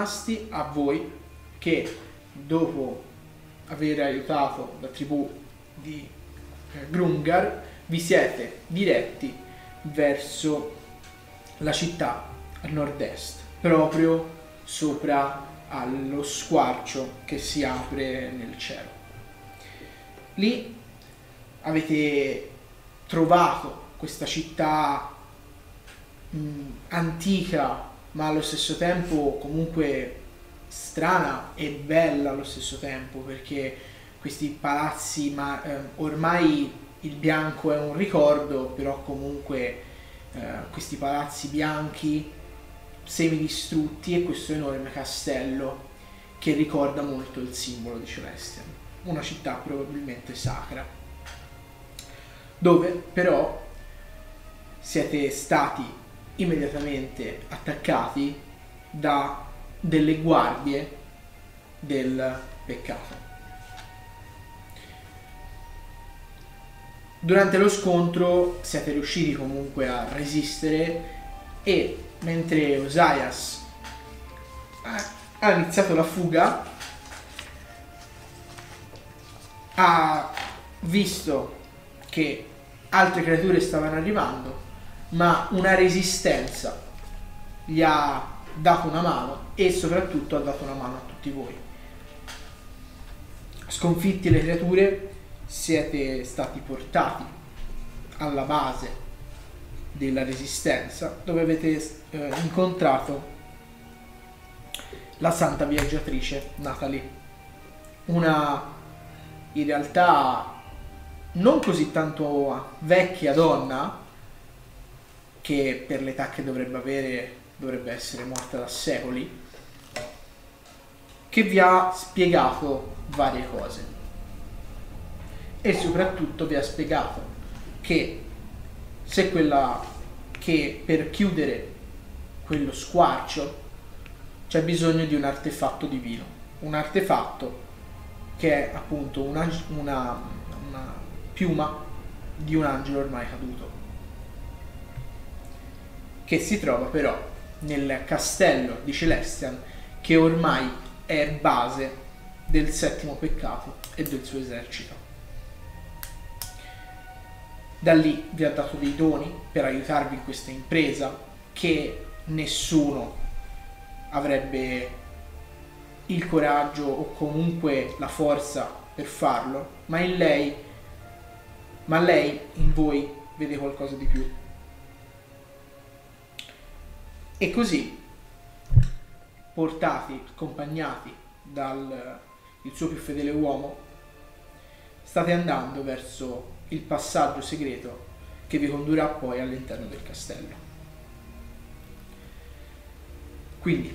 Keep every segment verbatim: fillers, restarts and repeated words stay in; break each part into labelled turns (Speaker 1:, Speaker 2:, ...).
Speaker 1: rimasti a voi che dopo aver aiutato la tribù di eh, Grungar vi siete diretti verso la città a nord-est, proprio sopra allo squarcio che si apre nel cielo. Lì avete trovato questa città mh, antica, ma allo stesso tempo comunque strana e bella allo stesso tempo, perché questi palazzi, ma eh, ormai il bianco è un ricordo, però comunque eh, questi palazzi bianchi semidistrutti e questo enorme castello che ricorda molto il simbolo di Celestial, una città probabilmente sacra, dove però siete stati immediatamente attaccati da delle guardie del peccato. Durante lo scontro siete riusciti comunque a resistere e mentre Osias ha iniziato la fuga, ha visto che altre creature stavano arrivando, ma una resistenza gli ha dato una mano e soprattutto ha dato una mano a tutti voi. Sconfitti le creature, siete stati portati alla base della resistenza, dove avete eh, incontrato la santa viaggiatrice Natalie, una in realtà non così tanto vecchia donna, che per l'età che dovrebbe avere dovrebbe essere morta da secoli, che vi ha spiegato varie cose e soprattutto vi ha spiegato che se quella che per chiudere quello squarcio c'è bisogno di un artefatto divino, un artefatto che è appunto una, una, una piuma di un angelo ormai caduto, che si trova però nel castello di Celestian, che ormai è base del settimo peccato e del suo esercito. Da lì vi ha dato dei doni per aiutarvi in questa impresa, che nessuno avrebbe il coraggio o comunque la forza per farlo, ma in lei, ma lei in voi vede qualcosa di più. E così, portati, accompagnati dal il suo più fedele uomo, state andando verso il passaggio segreto che vi condurrà poi all'interno del castello. Quindi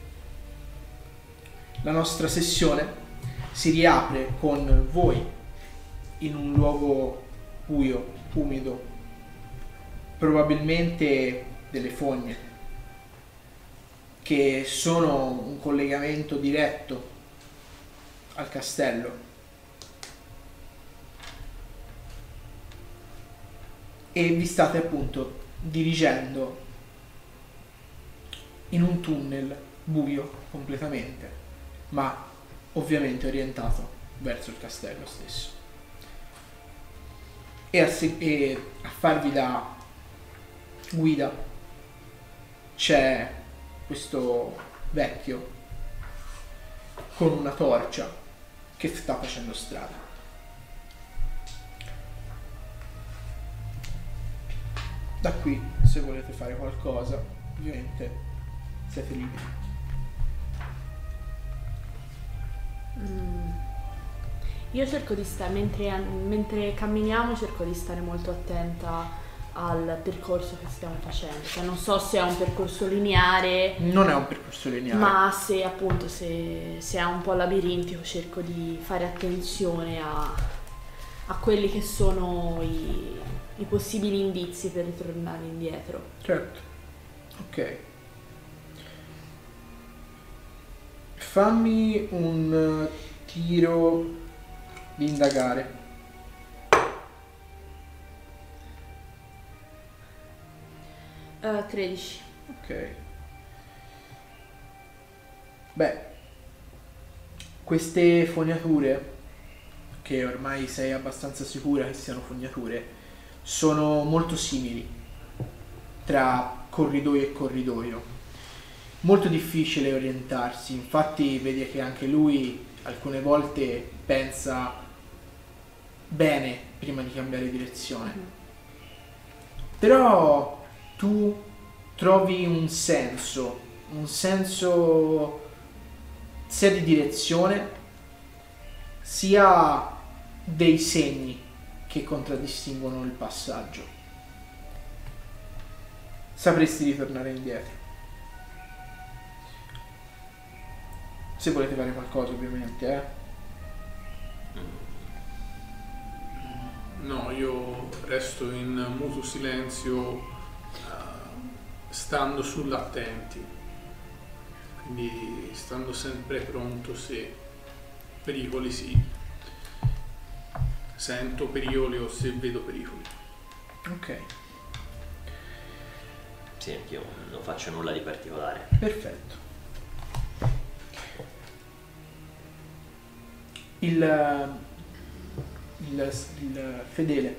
Speaker 1: la nostra sessione si riapre con voi in un luogo buio, umido, probabilmente delle fogne, che sono un collegamento diretto al castello, e vi state appunto dirigendo in un tunnel buio completamente, ma ovviamente orientato verso il castello stesso. E a, se- e a farvi da guida c'è questo vecchio con una torcia che sta facendo strada. Da qui, se volete fare qualcosa, ovviamente siete liberi.
Speaker 2: Mm. Io cerco di stare, mentre, mentre camminiamo, cerco di stare molto attenta al percorso che stiamo facendo. Cioè, non so se è un percorso lineare.
Speaker 1: Non è un percorso lineare.
Speaker 2: Ma se appunto se, se è un po' labirintico, cerco di fare attenzione a, a quelli che sono i, i possibili indizi per ritornare indietro.
Speaker 1: Certo. Ok. Fammi un tiro di indagare.
Speaker 2: Uh, tredici.
Speaker 1: Ok. Beh, queste fognature, che ormai sei abbastanza sicura che siano fognature, sono molto simili tra corridoio e corridoio. Molto difficile orientarsi, infatti vedi che anche lui alcune volte pensa bene prima di cambiare direzione. Però tu trovi un senso, un senso sia di direzione sia dei segni che contraddistinguono il passaggio. Sapresti ritornare indietro. Se volete fare qualcosa, ovviamente, eh.
Speaker 3: No, io resto in muto silenzio, uh, stando sull'attenti, quindi stando sempre pronto se pericoli si sento pericoli o se vedo pericoli.
Speaker 1: Ok.
Speaker 4: Sì, anch'io non faccio nulla di particolare.
Speaker 1: Perfetto. Il, il, il fedele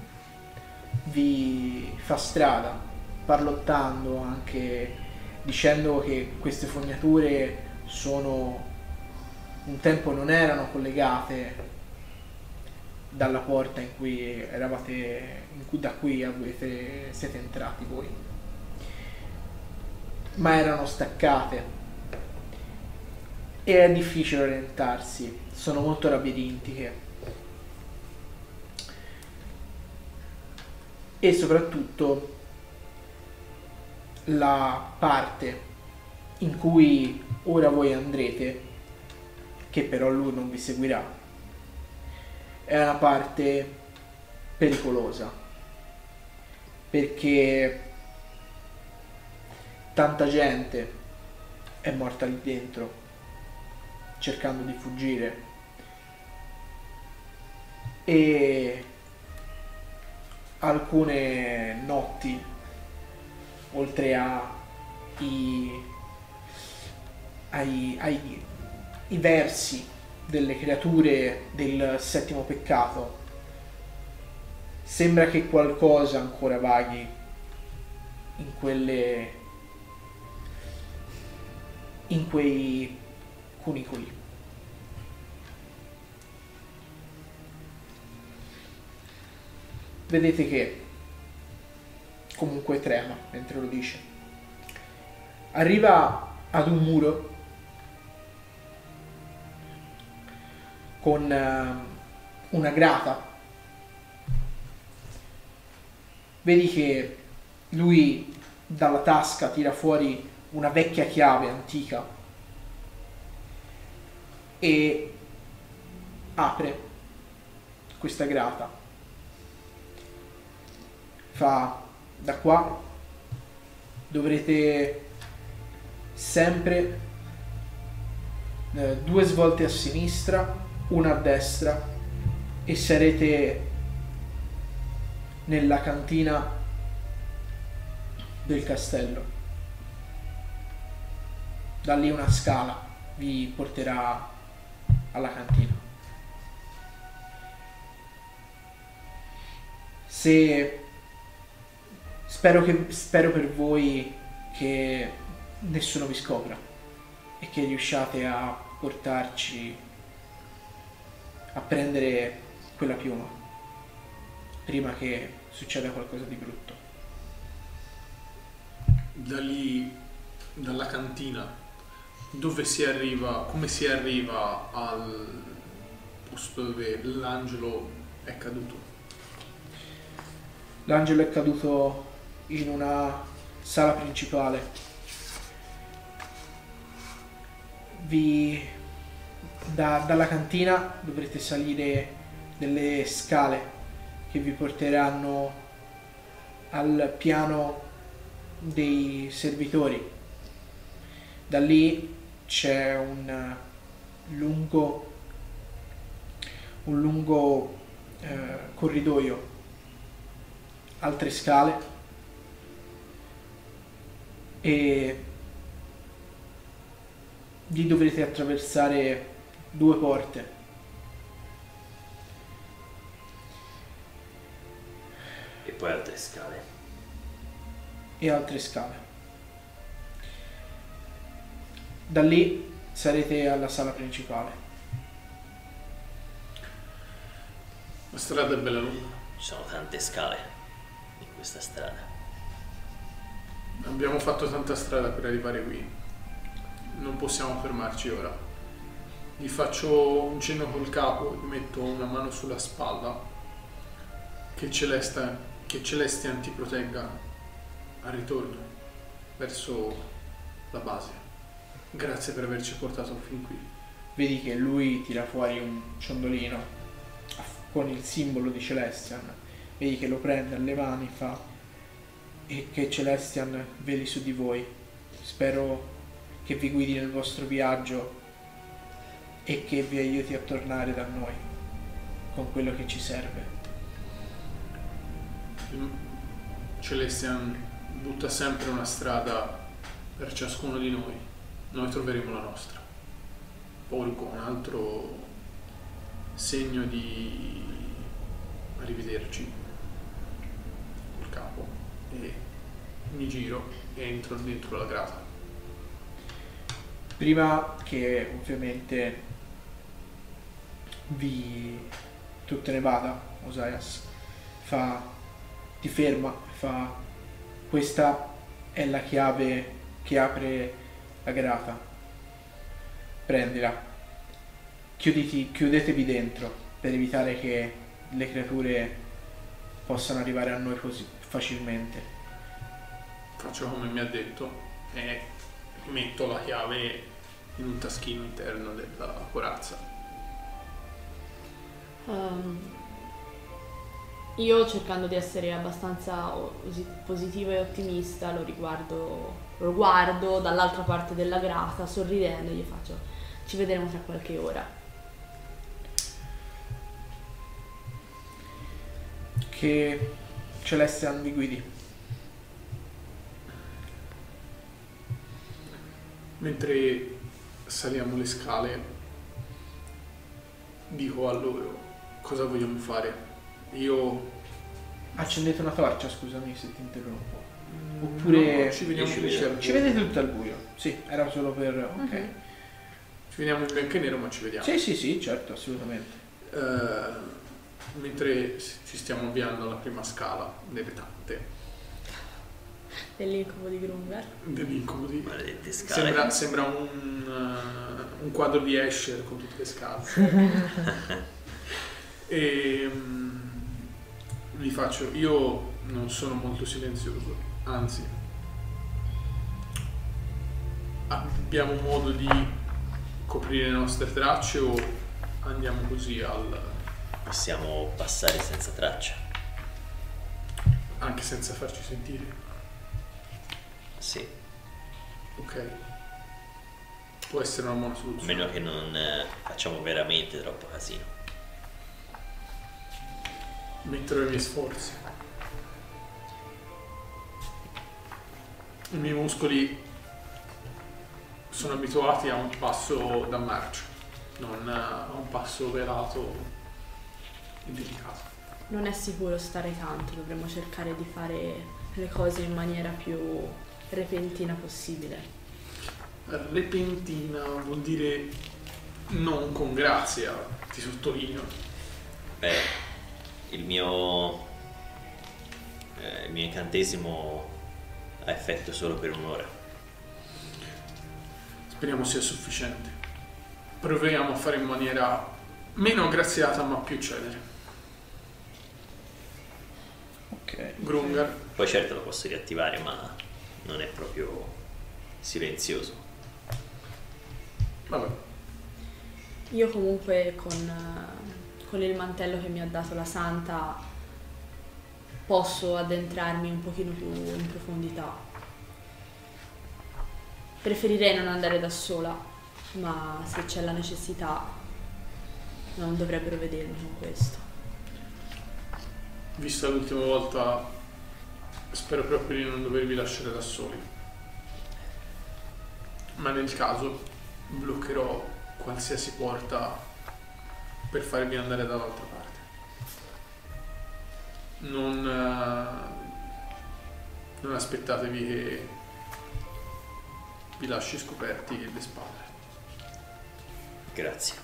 Speaker 1: vi fa strada, parlottando, anche dicendo che queste fognature sono un tempo non erano collegate dalla porta in cui eravate, in cui, da cui avete, siete entrati voi, ma erano staccate e è difficile orientarsi, sono molto labirintiche e soprattutto la parte in cui ora voi andrete, che però lui non vi seguirà, è una parte pericolosa, perché tanta gente è morta lì dentro cercando di fuggire e alcune notti, oltre a i, ai, ai i versi delle creature del settimo peccato, sembra che qualcosa ancora vaghi in quelle in quei cunicoli. Vedete che comunque trema mentre lo dice. Arriva ad un muro con uh, una grata. Vedi che lui dalla tasca tira fuori una vecchia chiave antica e apre questa grata. Fa: da qua dovrete sempre eh, due svolte a sinistra, una a destra e sarete nella cantina del castello. Da lì una scala vi porterà alla cantina. Se spero che spero per voi che nessuno vi scopra e che riusciate a portarci a prendere quella piuma prima che succeda qualcosa di brutto.
Speaker 3: Da lì, dalla cantina, dove si arriva, come si arriva al posto dove l'angelo è caduto?
Speaker 1: L'angelo è caduto in una sala principale. Vi da, dalla cantina dovrete salire delle scale che vi porteranno al piano dei servitori. Da lì c'è un lungo un lungo eh, corridoio, altre scale e lì dovrete attraversare due porte.
Speaker 4: E poi altre scale.
Speaker 1: E altre scale. Da lì sarete alla sala principale.
Speaker 3: La strada è bella lunga.
Speaker 4: Ci sono tante scale in questa strada.
Speaker 3: Abbiamo fatto tanta strada per arrivare qui. Non possiamo fermarci ora. Gli faccio un cenno col capo, gli metto una mano sulla spalla. Che Celeste, che Celestian ti protegga al ritorno verso la base. Grazie per averci portato fin qui.
Speaker 1: Vedi che lui tira fuori un ciondolino con il simbolo di Celestian. Vedi che lo prende alle mani, fa: e che Celestian veli su di voi. Spero che vi guidi nel vostro viaggio e che vi aiuti a tornare da noi con quello che ci serve.
Speaker 3: Celestian butta sempre una strada per ciascuno di noi. Noi troveremo la nostra. Porgo un altro segno di arrivederci col capo e mi giro e entro dentro la grata.
Speaker 1: Prima che ovviamente vi tu te ne vada, Osias fa ti ferma, fa: questa è la chiave che apre la grata, prendila, chiuditi, chiudetevi dentro per evitare che le creature possano arrivare a noi così facilmente.
Speaker 3: Faccio come mi ha detto e metto la chiave in un taschino interno della corazza.
Speaker 2: Um, io, cercando di essere abbastanza osi- positivo e ottimista, lo riguardo, lo guardo dall'altra parte della grata, sorridendo, e gli faccio: ci vedremo tra qualche ora.
Speaker 1: Che Celestian vi guidi.
Speaker 3: Mentre saliamo le scale, dico a loro cosa vogliamo fare. Io...
Speaker 1: Accendete una torcia, scusami se ti interrompo. Oppure
Speaker 3: No, no, ci vediamo
Speaker 4: ci
Speaker 3: tutti
Speaker 4: vediamo.
Speaker 3: al
Speaker 1: ci vedete tutto al buio? Sì, era solo per... ok.
Speaker 2: Mhm.
Speaker 3: Ci vediamo in bianco e nero, ma ci vediamo.
Speaker 1: Sì, sì, sì, certo, assolutamente.
Speaker 3: Eh, mentre ci stiamo avviando alla prima scala delle tante
Speaker 2: Dell'incubo di Grungar.
Speaker 3: dell'incubo di...
Speaker 4: Maledette scale.
Speaker 3: Sembra, sembra un, uh, un quadro di Escher con tutte le scale. E um, vi faccio, io non sono molto silenzioso, anzi abbiamo modo di coprire le nostre tracce o andiamo così al...
Speaker 4: Possiamo passare senza traccia.
Speaker 3: anche senza farci sentire?
Speaker 4: Sì,
Speaker 3: Ok, può essere una buona
Speaker 4: a
Speaker 3: soluzione.
Speaker 4: meno che non eh, facciamo veramente troppo casino.
Speaker 3: Metterò i miei sforzi. I miei muscoli sono abituati a un passo da marcia, non a un passo velato e delicato.
Speaker 2: Non è sicuro stare tanto, dovremmo cercare di fare le cose in maniera più repentina possibile.
Speaker 3: Repentina vuol dire non con grazia, ti sottolineo.
Speaker 4: Beh, il mio eh, il mio incantesimo ha effetto solo per un'ora.
Speaker 3: Speriamo sia sufficiente. Proviamo a fare in maniera meno aggraziata ma più celere.
Speaker 1: Ok.
Speaker 3: Grungar,
Speaker 4: Poi certo lo posso riattivare, ma non è proprio silenzioso.
Speaker 3: vabbè,
Speaker 2: Io comunque con, eh, con il mantello che mi ha dato la santa posso addentrarmi un pochino più in profondità. Preferirei non andare da sola, ma se c'è la necessità non dovrebbero vedermi con questo.
Speaker 3: vista l'ultima volta, spero proprio di non dovervi lasciare da soli. Ma nel caso bloccherò qualsiasi porta per farvi andare dall'altra parte. Non, eh, non aspettatevi che vi lasci scoperti le spalle.
Speaker 4: Grazie.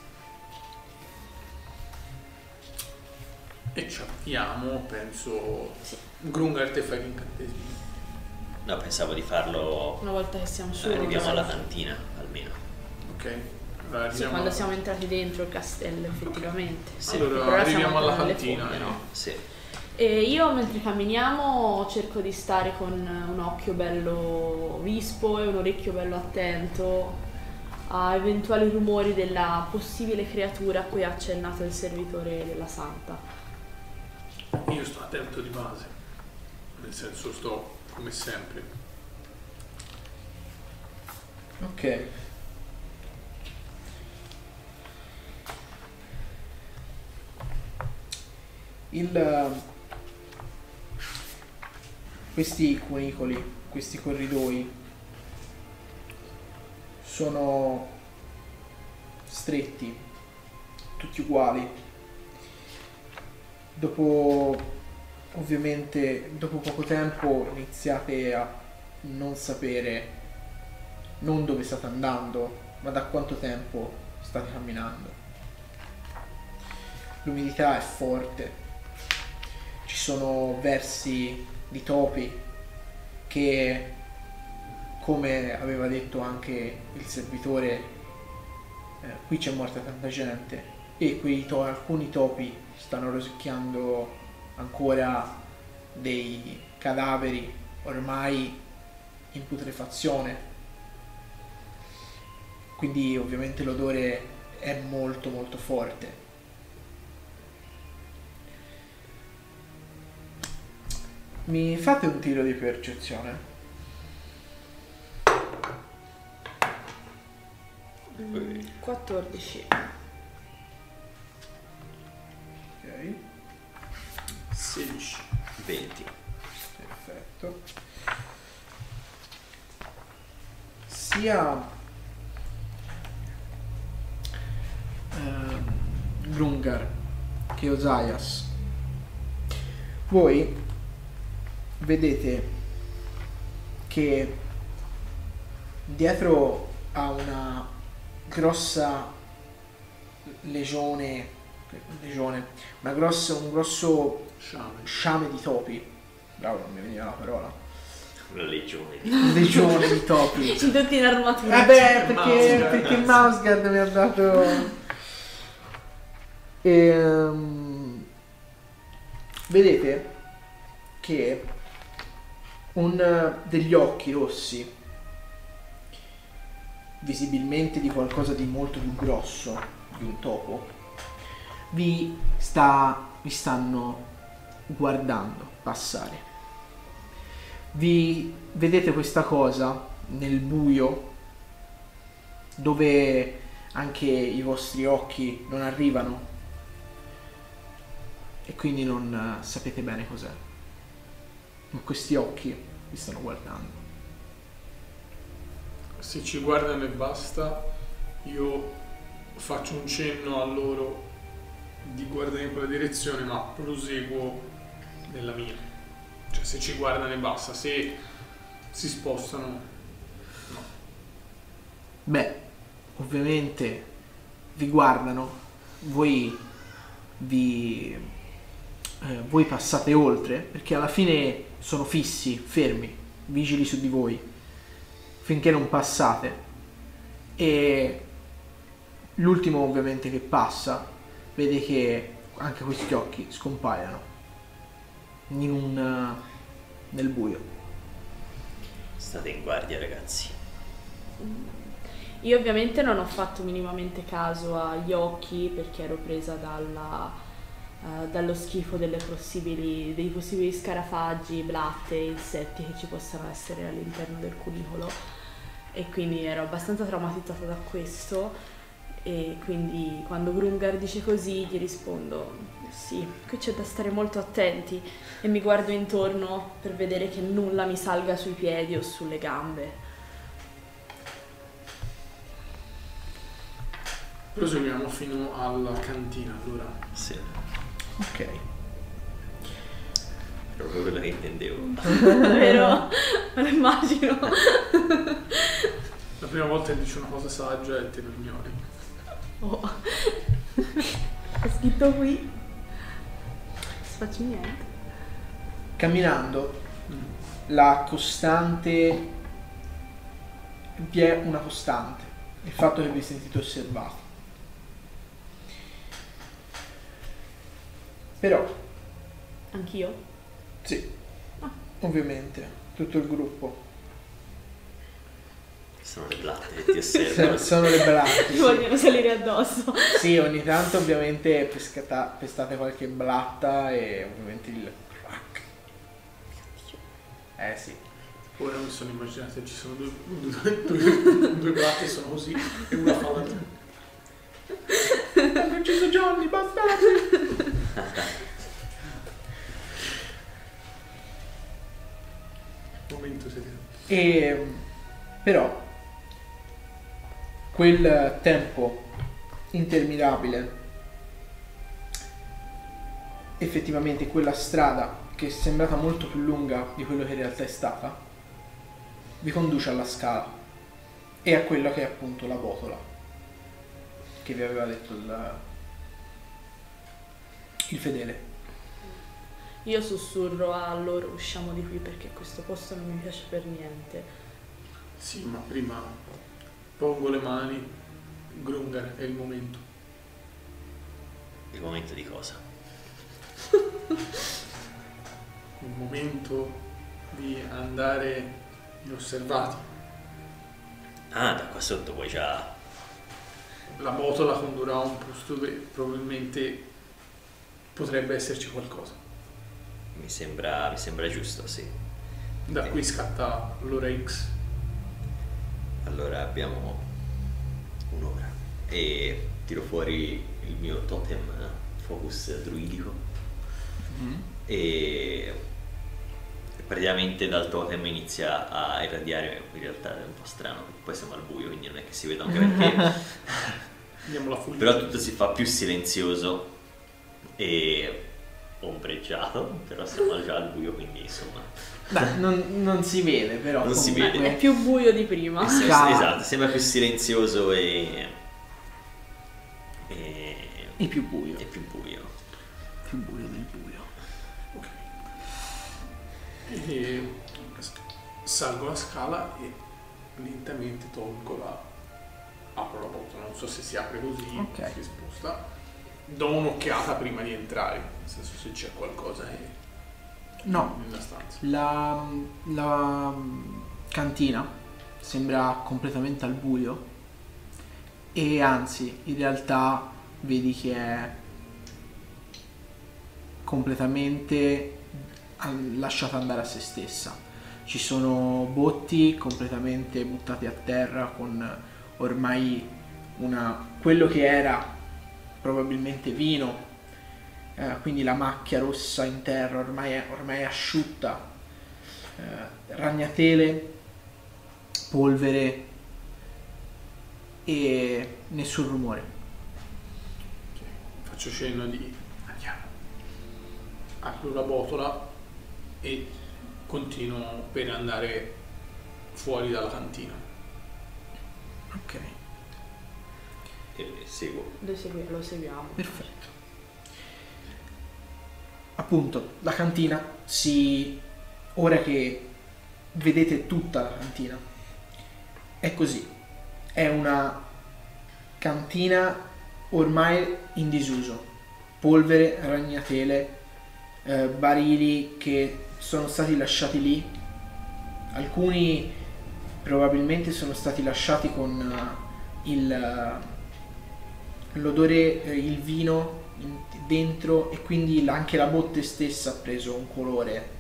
Speaker 3: E ci avviamo, penso.
Speaker 2: Sì.
Speaker 3: Grungar, te fai l'incantesimo.
Speaker 4: No, pensavo di farlo.
Speaker 2: Una volta che siamo su.
Speaker 4: Arriviamo alla cantina, almeno.
Speaker 3: Ok. Allora,
Speaker 2: Sì, quando siamo entrati dentro il castello, effettivamente.
Speaker 4: Sì.
Speaker 3: Allora,
Speaker 2: Per ora
Speaker 3: arriviamo
Speaker 2: siamo
Speaker 3: alla
Speaker 2: ancora nelle
Speaker 3: cantina.
Speaker 2: fonde, no?
Speaker 4: Sì.
Speaker 2: E io mentre camminiamo cerco di stare con un occhio bello vispo e un orecchio bello attento a eventuali rumori della possibile creatura a cui ha accennato il servitore della santa.
Speaker 3: Io sto attento di base, nel senso sto come sempre.
Speaker 1: Ok. Il, questi cunicoli, questi corridoi sono stretti, tutti uguali. Dopo, ovviamente, dopo poco tempo iniziate a non sapere non dove state andando, ma da quanto tempo state camminando. L'umidità è forte, ci sono versi di topi che, come aveva detto anche il servitore, eh, qui c'è morta tanta gente e quei to- alcuni topi stanno rosicchiando ancora dei cadaveri ormai in putrefazione, quindi ovviamente l'odore è molto molto forte. Mi fate un tiro di percezione?
Speaker 2: Mm, quattordici.
Speaker 1: Ok,
Speaker 3: sedici.
Speaker 4: venti.
Speaker 1: perfetto. Sia ehm, Grungar che Ozias, voi vedete che dietro a una grossa legione, legione una grossa, un grosso
Speaker 3: Sciame.
Speaker 1: sciame di topi, bravo, non mi veniva la parola,
Speaker 4: Una legione.
Speaker 1: legione di topi.
Speaker 2: Tutti in armatura.
Speaker 1: Eh beh, perché,
Speaker 3: Mousegard.
Speaker 1: perché Mousegard mi ha dato. Ehm, vedete che un degli occhi rossi, visibilmente di qualcosa di molto più grosso di un topo, vi sta vi stanno guardando passare. Vi vedete questa cosa nel buio, dove anche i vostri occhi non arrivano e quindi non eh, sapete bene cos'è, ma questi occhi vi stanno guardando.
Speaker 3: Se ci guardano e basta, io faccio un cenno a loro di guardare in quella direzione, ma proseguo nella mia. Cioè, se ci guardano e basta, se si spostano, no.
Speaker 1: Beh, ovviamente vi guardano, voi vi eh, voi passate oltre, perché alla fine sono fissi, fermi, vigili su di voi finché non passate, e l'ultimo ovviamente che passa vede che anche questi occhi scompaiono in un nel buio.
Speaker 4: State in guardia, ragazzi.
Speaker 2: Io ovviamente non ho fatto minimamente caso agli occhi perché ero presa dalla, eh, dallo schifo delle possibili, dei possibili scarafaggi, blatte, insetti che ci possano essere all'interno del cunicolo, e quindi ero abbastanza traumatizzata da questo, e quindi quando Grungar dice così gli rispondo: sì, qui c'è da stare molto attenti, e mi guardo intorno per vedere che nulla mi salga sui piedi o sulle gambe.
Speaker 3: Proseguiamo fino alla cantina, allora.
Speaker 4: Sì,
Speaker 1: Ok.
Speaker 4: proprio quello che intendevo.
Speaker 2: Vero? Me lo immagino.
Speaker 3: La prima volta che dici una cosa saggia e te lo ignori.
Speaker 2: Oh. È scritto qui. Non faccio niente.
Speaker 1: Camminando, la costante, vi è una costante, il fatto che vi sentite osservati. Però,
Speaker 2: Anch'io?
Speaker 1: sì,
Speaker 2: Ah.
Speaker 1: ovviamente, tutto il gruppo.
Speaker 4: Sono le blatte che ti osservano.
Speaker 1: S- sono le blatte.
Speaker 2: Mi
Speaker 1: Sì.
Speaker 2: vogliono salire addosso.
Speaker 1: Sì, ogni tanto ovviamente pescata- pestate qualche blatta e ovviamente il crack. Eh sì.
Speaker 3: Ora mi sono immaginato che ci sono due, due, due, due blatte sono così e una fa la
Speaker 1: Hanno ucciso Johnny, bastardi!
Speaker 3: momento serio.
Speaker 1: E però quel tempo interminabile, effettivamente quella strada che è sembrata molto più lunga di quello che in realtà è stata, vi conduce alla scala e a quella che è appunto la botola che vi aveva detto il, il fedele.
Speaker 2: Io sussurro a loro, usciamo di qui perché questo posto non mi piace per niente.
Speaker 3: Sì, ma prima pongo le mani. Grungar, è il momento.
Speaker 4: Il momento di cosa?
Speaker 3: Il momento di andare inosservati.
Speaker 4: Ah, da qua sotto puoi già...
Speaker 3: La botola condurrà a un posto dove probabilmente potrebbe esserci qualcosa.
Speaker 4: Mi sembra, mi sembra giusto, sì.
Speaker 3: Da qui scatta l'ora X.
Speaker 4: Allora abbiamo un'ora e tiro fuori il mio totem focus druidico e praticamente dal totem inizia a irradiare, in realtà è un po' strano perché poi siamo al buio quindi non è che si veda anche perché
Speaker 3: Andiamo la full.
Speaker 4: però tutto si fa più silenzioso e ombreggiato, però siamo già al buio quindi insomma
Speaker 1: Beh, non, non si vede però.
Speaker 4: Non si
Speaker 1: comunque-
Speaker 4: vede.
Speaker 2: È più buio di prima.
Speaker 4: Sì,
Speaker 1: Scala.
Speaker 4: esatto, sembra più silenzioso e, e,
Speaker 1: E più buio.
Speaker 4: e più buio.
Speaker 1: Più buio del buio.
Speaker 3: Ok. E salgo la scala e lentamente tolgo la... apro la botola. Non so se si apre così,
Speaker 1: Ok.
Speaker 3: si sposta. Do un'occhiata prima di entrare, nel senso se c'è qualcosa che-
Speaker 1: No,
Speaker 3: nella stanza.
Speaker 1: la, la cantina sembra completamente al buio e anzi in realtà vedi che è completamente an- lasciata andare a se stessa. Ci sono botti completamente buttati a terra con ormai una, quello che era probabilmente vino. Eh, quindi la macchia rossa in terra ormai è, ormai è asciutta, eh, ragnatele, polvere e nessun rumore.
Speaker 3: Ok. Faccio cenno di andiamo. Apro la botola e continuo per andare fuori dalla cantina.
Speaker 1: Ok,
Speaker 4: E seguo.
Speaker 2: Lo, segui- lo seguiamo.
Speaker 1: perfetto. Appunto, la cantina si... ora che vedete tutta la cantina, è così. È una cantina ormai in disuso. Polvere, ragnatele, eh, barili che sono stati lasciati lì. Alcuni probabilmente sono stati lasciati con eh, il, eh, l'odore, eh, il vino in- dentro e quindi la- anche la botte stessa ha preso un colore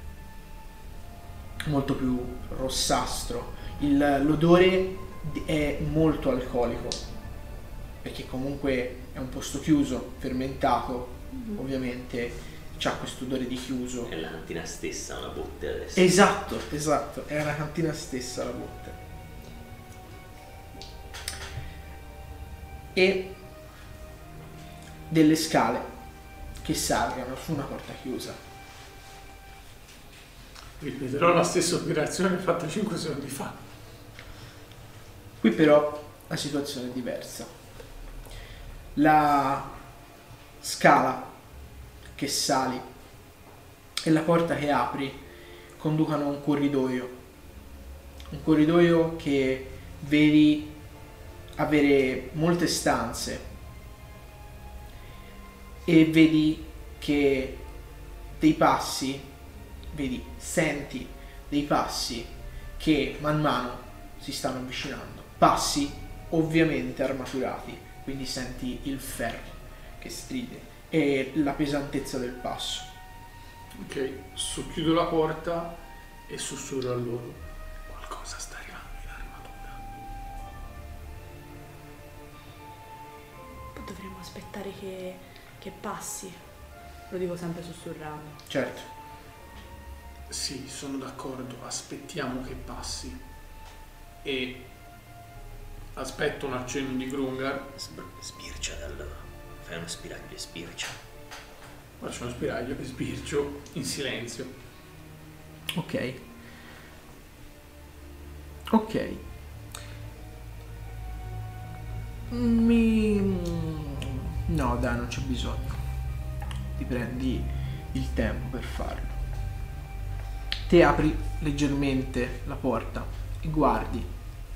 Speaker 1: molto più rossastro. Il- l'odore di- è molto alcolico perché comunque è un posto chiuso, fermentato, ovviamente c'ha questo odore di chiuso.
Speaker 4: È la cantina stessa, una botte adesso.
Speaker 1: Esatto, esatto, è la cantina stessa la botte. e delle scale che salgano su una porta chiusa.
Speaker 3: Ripeterò la stessa operazione fatta cinque secondi fa.
Speaker 1: Qui però la situazione è diversa. La scala che sali e la porta che apri conducono a un corridoio. Un corridoio che vedi avere molte stanze e vedi che dei passi, vedi, senti dei passi che man mano si stanno avvicinando. Passi ovviamente armaturati, quindi senti il ferro che stride e la pesantezza del passo.
Speaker 3: Ok, socchiudo la porta e sussurro a loro. Qualcosa sta arrivando in armatura.
Speaker 2: Dovremmo aspettare che, che passi. Lo dico sempre sussurrando.
Speaker 1: Certo.
Speaker 3: Sì, sono d'accordo, aspettiamo che passi. E aspetto un accenno di Grungar.
Speaker 4: Sbircia dal... Fai uno spiraglio e sbircia.
Speaker 3: Faccio uno spiraglio e sbircio in silenzio.
Speaker 1: Ok. Ok. Mi... No, dai, non c'è bisogno. Ti prendi il tempo per farlo. Te apri leggermente la porta e guardi.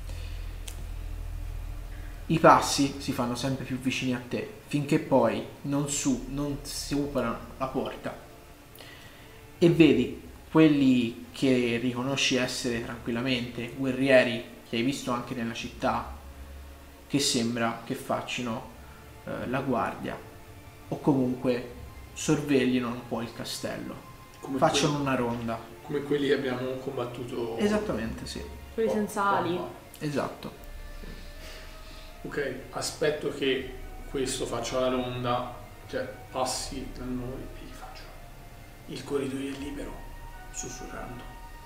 Speaker 1: I passi si fanno sempre più vicini a te, finché poi non, su, non superano la porta. E vedi quelli che riconosci essere tranquillamente guerrieri che hai visto anche nella città, che sembra che faccino eh, la guardia o comunque sorveglino un po' il castello,
Speaker 3: Come
Speaker 1: facciano
Speaker 3: quelli,
Speaker 1: una ronda.
Speaker 3: come quelli che abbiamo combattuto.
Speaker 1: Esattamente, sì,
Speaker 2: Quelli
Speaker 3: po-
Speaker 2: senza
Speaker 3: poco
Speaker 2: ali.
Speaker 3: fa.
Speaker 1: esatto.
Speaker 3: Ok, aspetto che questo faccia la ronda, cioè passi da noi e gli faccio. Il corridoio è libero, sussurrando.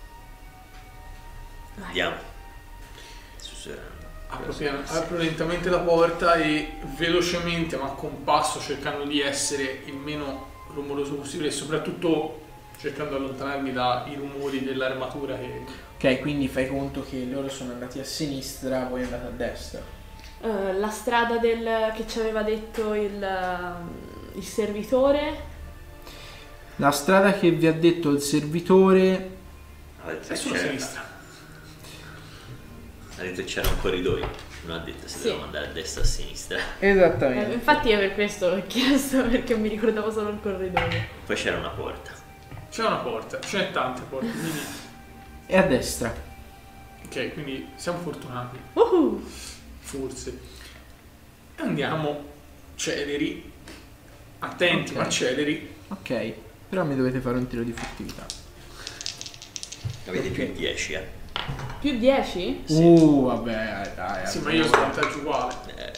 Speaker 2: Vai.
Speaker 4: Andiamo. Sussurrando.
Speaker 3: Apro, pian- apro lentamente la porta e velocemente, ma con passo, cercando di essere il meno rumoroso possibile e soprattutto cercando di allontanarmi dai rumori dell'armatura che...
Speaker 1: Ok, quindi fai conto che loro sono andati a sinistra, voi andate a destra.
Speaker 2: Eh, la strada del, che ci aveva detto il, il servitore.
Speaker 1: La strada che vi ha detto il servitore...
Speaker 4: Ha detto
Speaker 3: è
Speaker 4: che
Speaker 3: sulla
Speaker 4: c'era-
Speaker 3: sinistra.
Speaker 4: ha detto che c'era un corridoio. Non ha detto se
Speaker 2: Sì.
Speaker 4: dovevamo andare a destra o a sinistra.
Speaker 2: Eh,
Speaker 1: Esattamente.
Speaker 2: infatti io per questo ho chiesto, perché mi ricordavo solo il corridoio.
Speaker 4: Poi c'era una porta.
Speaker 3: C'è una porta, ce n'è tante porte, quindi...
Speaker 1: E a destra.
Speaker 3: Ok, quindi siamo fortunati.
Speaker 2: Uhu.
Speaker 3: Forse. E andiamo celeri, attenti
Speaker 1: Ok.
Speaker 3: ma celeri.
Speaker 1: Ok, però mi dovete fare un tiro di furtività.
Speaker 4: Avete
Speaker 1: Ok.
Speaker 4: più dieci, eh?
Speaker 2: Più dieci?
Speaker 4: Sì.
Speaker 1: Uh, vabbè, dai.
Speaker 3: Sì, ma
Speaker 1: allora.
Speaker 3: io ho svantaggio uguale.
Speaker 4: Eh,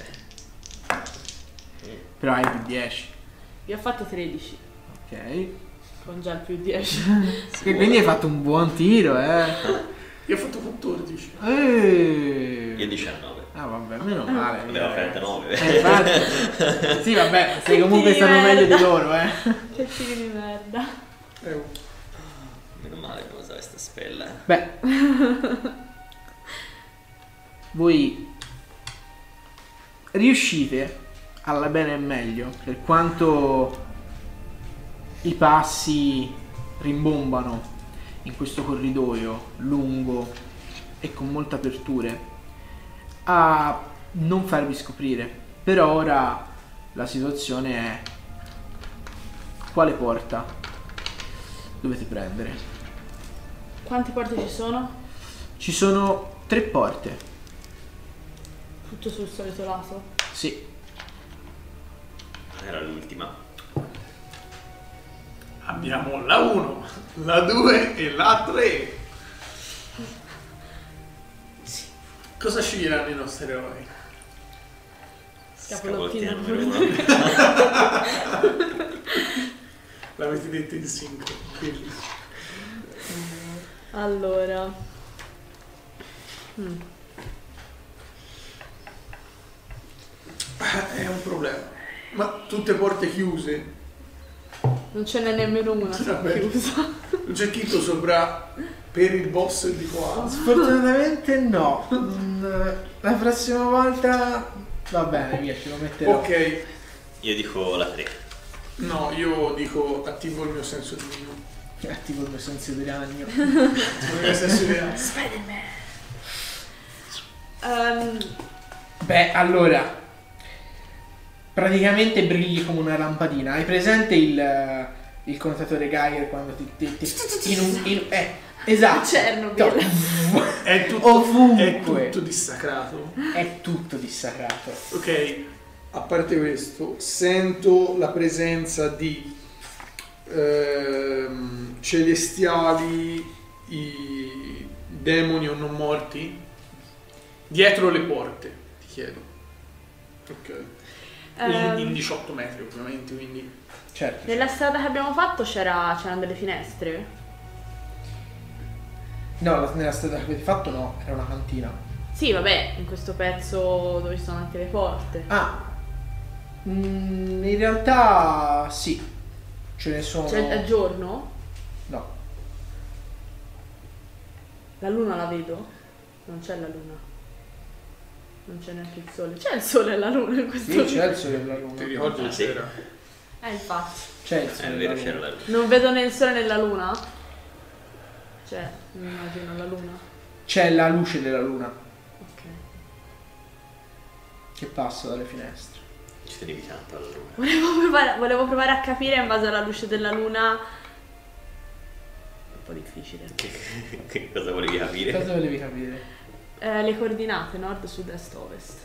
Speaker 1: Però hai più dieci.
Speaker 2: Vi ho fatto tredici,
Speaker 1: Ok.
Speaker 2: con già il più dieci.
Speaker 1: E quindi hai fatto un buon tiro, eh.
Speaker 3: Io ho fatto quattordici.
Speaker 1: Eh.
Speaker 4: io diciannove.
Speaker 1: Ah, vabbè, meno male.
Speaker 4: Abbiamo
Speaker 1: eh.
Speaker 4: trentanove.
Speaker 1: Eh, infatti. Sì, vabbè, sei comunque
Speaker 2: Figli di
Speaker 1: stato meglio
Speaker 2: merda.
Speaker 1: di loro, eh.
Speaker 2: Che figlio di merda.
Speaker 3: Eh,
Speaker 4: Meno male che non usare questa spella. eh.
Speaker 1: Beh. Voi riuscite alla bene e meglio, per quanto i passi rimbombano in questo corridoio lungo e con molte aperture, a non farvi scoprire. Per ora la situazione è: quale porta dovete prendere?
Speaker 2: Quante porte ci sono?
Speaker 1: Ci sono tre porte.
Speaker 2: Tutto sul solito lato.
Speaker 1: Sì.
Speaker 4: Era l'ultima.
Speaker 3: abbiamo la uno, la due e la tre.
Speaker 2: Sì.
Speaker 3: Cosa sceglieranno i nostri eroi?
Speaker 2: Scapolottino
Speaker 4: numero
Speaker 2: numero
Speaker 4: uno.
Speaker 3: L'avete detto in sincro, bellissimo.
Speaker 2: Allora. Mm.
Speaker 3: È un problema. Ma tutte porte chiuse.
Speaker 2: Non ce n'è nemmeno una
Speaker 3: Vabbè.
Speaker 2: chiusa.
Speaker 3: Non c'è scritto sopra per il boss di qua.
Speaker 1: Sfortunatamente no. Mm, La prossima volta va bene, via, ce lo metterò.
Speaker 3: Ok.
Speaker 4: Io dico la tre.
Speaker 3: No, io dico attivo il mio senso di mio.
Speaker 1: Attivo il mio senso di ragno.
Speaker 3: Il mio senso di mio.
Speaker 2: Spider-Man. Um,
Speaker 1: Beh, allora, praticamente brilli come una lampadina. Hai presente il, il contatore Geiger quando ti... ti, ti in un, in, eh, esatto.
Speaker 2: Chernobyl.
Speaker 3: È tutto,
Speaker 1: Ovunque.
Speaker 3: è tutto dissacrato.
Speaker 1: È tutto dissacrato.
Speaker 3: Ok, a parte questo, sento la presenza di ehm, celestiali, i demoni o non morti dietro le porte, ti chiedo. Ok. In,
Speaker 2: Ehm,
Speaker 3: in diciotto metri ovviamente, quindi...
Speaker 1: Certo.
Speaker 2: Nella strada che abbiamo fatto c'era, c'erano delle finestre?
Speaker 1: No, la- nella strada che avete fatto no, era una cantina.
Speaker 2: Sì, vabbè, in questo pezzo dove ci sono anche le porte.
Speaker 1: Ah, mm, in realtà sì, ce ne sono...
Speaker 2: C'è il giorno?
Speaker 1: No,
Speaker 2: La luna la vedo? Non c'è la luna. Non c'è neanche il sole. C'è il sole e la luna in questo
Speaker 1: sì, c'è il sole e la luna.
Speaker 3: Ti ricordi
Speaker 4: Ah,
Speaker 3: che
Speaker 4: sì.
Speaker 3: c'era?
Speaker 2: Eh, infatti.
Speaker 1: C'è il
Speaker 4: È
Speaker 1: sole e
Speaker 4: vero,
Speaker 1: la
Speaker 4: c'era
Speaker 1: luna.
Speaker 4: la luce.
Speaker 2: Non vedo né il sole né la luna? Cioè, mi immagino la luna.
Speaker 1: C'è la luce della luna
Speaker 2: Ok.
Speaker 1: che passa dalle finestre.
Speaker 4: Ci tenevi tanto alla luna.
Speaker 2: Volevo provare, volevo provare a capire in base alla luce della luna. Un po' difficile.
Speaker 4: Che, che cosa volevi capire?
Speaker 1: Cosa volevi capire?
Speaker 2: Eh, le coordinate nord, sud, est, ovest.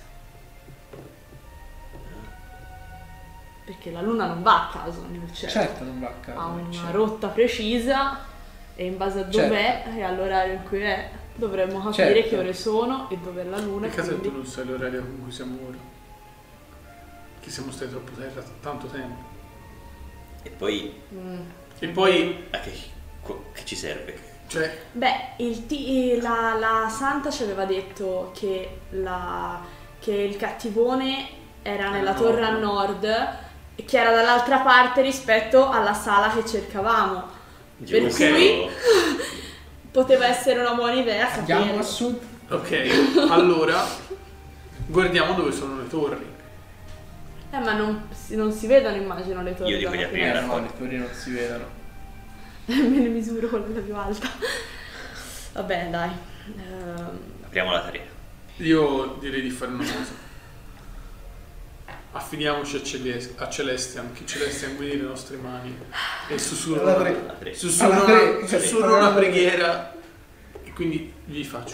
Speaker 2: Perché la luna non va a caso nel cielo.
Speaker 1: Certo, non va a caso.
Speaker 2: Ha una
Speaker 1: certo.
Speaker 2: rotta precisa e in base a dov'è
Speaker 1: Certo.
Speaker 2: e all'orario in cui è dovremmo capire
Speaker 1: Certo.
Speaker 2: che ore sono e dove è la luna.
Speaker 3: Per caso tu
Speaker 2: quindi-
Speaker 3: non sai l'orario con cui siamo ora? Che siamo stati troppo terra tanto tempo.
Speaker 4: E poi
Speaker 2: Mm.
Speaker 3: E poi,
Speaker 4: a che, che ci serve?
Speaker 3: cioè,
Speaker 2: Beh, il ti- la, la santa ci aveva detto che, la, che il cattivone era nella
Speaker 3: A
Speaker 2: torre a
Speaker 3: nord.
Speaker 2: nord e che era dall'altra parte rispetto alla sala che cercavamo. Per
Speaker 4: Giusto?
Speaker 2: cui poteva essere una buona idea
Speaker 1: Andiamo
Speaker 2: sapere.
Speaker 1: a sud.
Speaker 3: ok, allora guardiamo dove sono le torri.
Speaker 2: Eh, ma non, si- non si vedono, immagino, le torri.
Speaker 4: Io dico
Speaker 2: dalla
Speaker 4: di aprire
Speaker 1: Eh,
Speaker 4: la
Speaker 2: finestra.
Speaker 1: no, le torri non si vedono.
Speaker 2: Me ne misuro quella più alta. Vabbè, dai. Ehm,
Speaker 4: Apriamo la tre.
Speaker 3: Io direi di fare una cosa. Affidiamoci a, Celes- a Celestian, che Celestian guidi le nostre mani e sussurra
Speaker 1: Alla
Speaker 3: una,
Speaker 1: tre.
Speaker 4: La tre.
Speaker 3: sussurra
Speaker 1: Alla
Speaker 3: una-
Speaker 1: tre.
Speaker 3: sussurra
Speaker 1: Alla
Speaker 3: una
Speaker 1: tre.
Speaker 3: preghiera e quindi gli faccio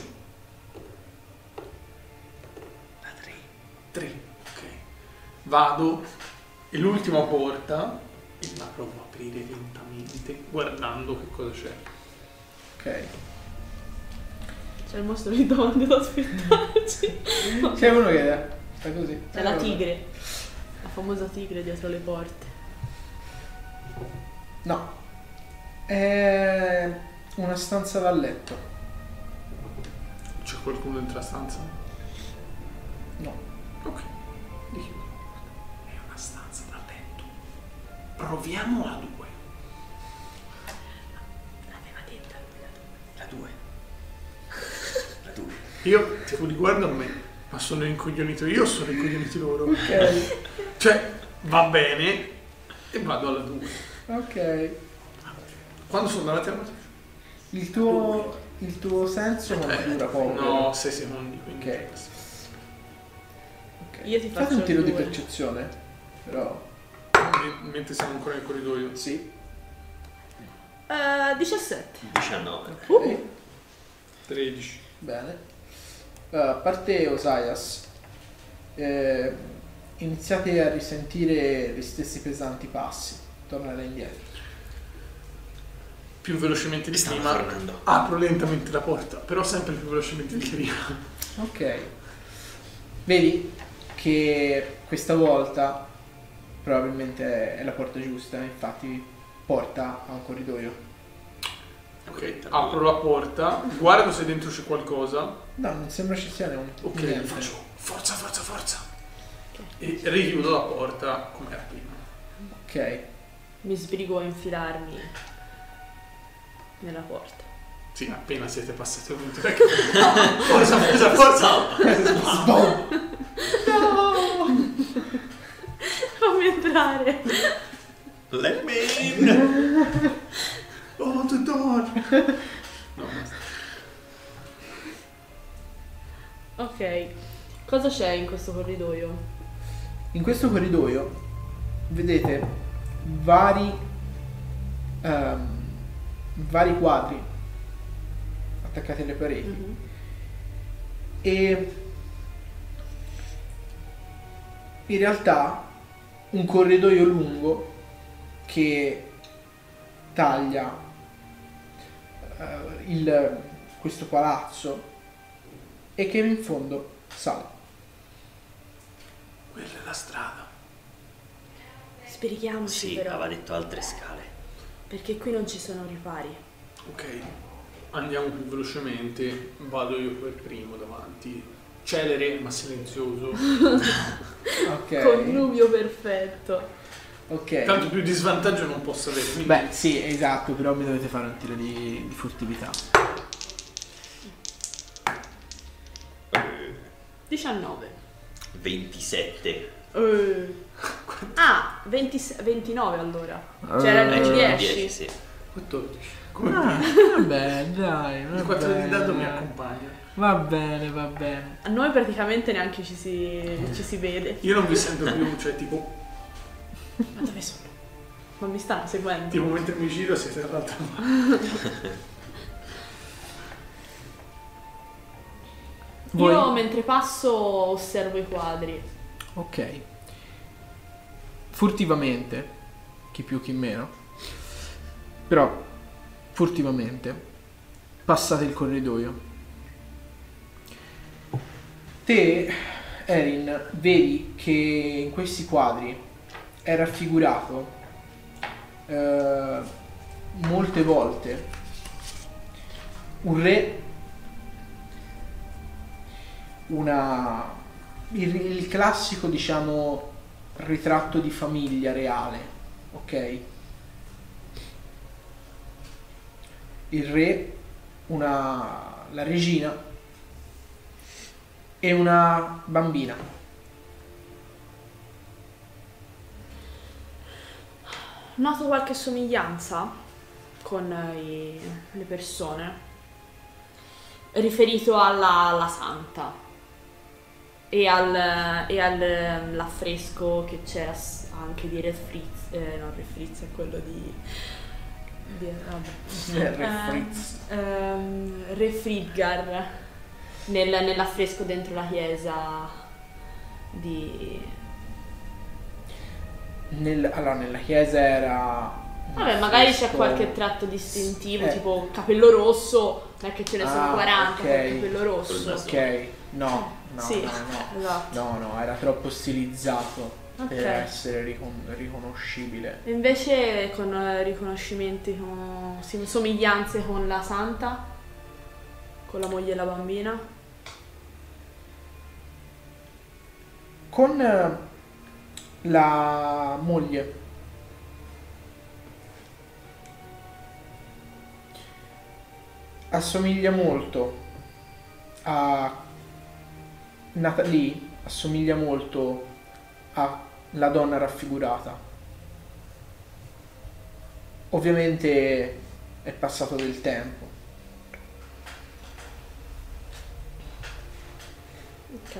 Speaker 4: La tre.
Speaker 3: tre, ok. Vado e l'ultima porta e la provo a aprire lentamente guardando che cosa c'è.
Speaker 1: Ok.
Speaker 2: c'è il mostro di donne da aspettarci.
Speaker 1: C'è uno che sta così.
Speaker 2: C'è la tigre. La famosa tigre dietro le porte.
Speaker 1: No. È una stanza da letto.
Speaker 3: C'è qualcuno dentro la stanza?
Speaker 1: No.
Speaker 3: Ok. Li chiudo. È una stanza da letto. Proviamo a due.
Speaker 2: L'aveva detta
Speaker 4: La due. La due.
Speaker 3: Io tipo li guardo a me, ma sono incoglionito io o sono incoglioniti loro?
Speaker 1: Ok.
Speaker 3: Cioè, va bene e vado alla due.
Speaker 1: Ok.
Speaker 3: Quando sono davanti alla
Speaker 1: Il tuo, il tuo senso non dura poco.
Speaker 3: No, sei secondi, quindi.
Speaker 1: Ok. Ok.
Speaker 2: Io ti
Speaker 1: Fate
Speaker 2: faccio
Speaker 1: un tiro di
Speaker 2: due.
Speaker 1: percezione. Però.
Speaker 3: M- Mentre siamo ancora nel corridoio.
Speaker 1: Sì.
Speaker 2: Eh, diciassette.
Speaker 4: diciannove.
Speaker 1: Ok.
Speaker 2: Uh.
Speaker 3: tredici.
Speaker 1: Bene. Uh, a parte Osias, eh, iniziate a risentire gli stessi pesanti passi. Tornare indietro.
Speaker 3: Più velocemente di
Speaker 4: Stiamo
Speaker 3: prima.
Speaker 4: tornando.
Speaker 3: Apro lentamente la porta, però sempre più velocemente di prima.
Speaker 1: Ok. Vedi che questa volta probabilmente è la porta giusta, infatti porta a un corridoio.
Speaker 3: Ok, apro la porta, guardo se dentro c'è qualcosa.
Speaker 1: No, non sembra ci sia un
Speaker 3: Ok,
Speaker 1: niente.
Speaker 3: faccio forza, forza, forza. E richiudo la porta come era prima.
Speaker 1: Ok.
Speaker 2: Mi sbrigo a infilarmi nella porta.
Speaker 3: Sì, appena siete passati un minuto. Forza, forza, forza!
Speaker 1: Sbom!
Speaker 2: Fammi entrare.
Speaker 4: Let me in!
Speaker 3: Oh, the door! No, basta.
Speaker 2: Ok, cosa c'è in questo corridoio?
Speaker 1: In questo corridoio vedete vari ehm, vari quadri attaccati alle pareti.
Speaker 2: Mm-hmm.
Speaker 1: E in realtà un corridoio lungo che taglia eh, il, questo palazzo e che in fondo sale.
Speaker 3: Quella è la strada.
Speaker 2: Sperichiamoci
Speaker 4: Sì,
Speaker 2: però,
Speaker 4: aveva detto altre scale.
Speaker 2: perché qui non ci sono ripari.
Speaker 3: Ok, andiamo più velocemente. Vado io per primo davanti. Celere ma silenzioso.
Speaker 1: Ok.
Speaker 2: Connubio perfetto.
Speaker 1: Ok.
Speaker 3: Tanto più di svantaggio non posso avere. Quindi
Speaker 1: Beh, sì, esatto, però mi dovete fare un tiro di, di furtività.
Speaker 2: diciannove.
Speaker 4: ventisette.
Speaker 2: Eh. Ah, venti, ventinove allora. C'era
Speaker 1: Eh,
Speaker 2: il più
Speaker 4: c'era il
Speaker 2: dieci.
Speaker 4: dieci, sì.
Speaker 3: quattordici. Come
Speaker 1: Ah, vabbè, dai.
Speaker 3: il
Speaker 1: Va
Speaker 3: quattro di
Speaker 1: bene,
Speaker 3: dado mi
Speaker 1: dai.
Speaker 3: accompagna.
Speaker 1: Va bene, va bene.
Speaker 2: A noi praticamente neanche ci si, ci si vede.
Speaker 3: Io non vi sento più, cioè tipo,
Speaker 2: Ma dove sono? Non mi stanno seguendo.
Speaker 3: tipo mentre mi giro siete dall'altra parte.
Speaker 1: Voi?
Speaker 2: Io mentre passo osservo i quadri.
Speaker 1: Ok. Furtivamente, chi più chi meno, però furtivamente passate il corridoio. Te, Erin, vedi che in questi quadri è raffigurato eh, molte volte un re, una il, il classico, diciamo, ritratto di famiglia reale, ok? Il re, una la regina e una bambina.
Speaker 2: Noto qualche somiglianza con i- le persone riferito alla, alla santa e al e al- l'affresco che c'è ass- anche di Re Fritz, eh, no, Re Fritz è quello di, di vabbè.
Speaker 1: Re
Speaker 2: Eh,
Speaker 1: Fritz.
Speaker 2: ehm, Re Fridgar nel, nell'affresco dentro la chiesa di...
Speaker 1: Nel- allora, nella chiesa era un
Speaker 2: Vabbè, magari c'è
Speaker 1: affresco-
Speaker 2: qualche tratto distintivo,
Speaker 1: Eh.
Speaker 2: tipo capello rosso, non è che ce ne sono
Speaker 1: Ah,
Speaker 2: quaranta
Speaker 1: ok.
Speaker 2: con il capello rosso.
Speaker 4: Col naso.
Speaker 1: Ok, no, no,
Speaker 2: Sì,
Speaker 1: no, no.
Speaker 2: esatto.
Speaker 1: No, no, era troppo stilizzato
Speaker 2: Ok.
Speaker 1: per essere ricon- riconoscibile.
Speaker 2: E invece con eh, riconoscimenti, con sim- somiglianze con la santa, con la moglie e la bambina.
Speaker 1: Con eh, la moglie assomiglia molto a Natalie, assomiglia molto alla donna raffigurata. Ovviamente è passato del tempo.
Speaker 2: Ok.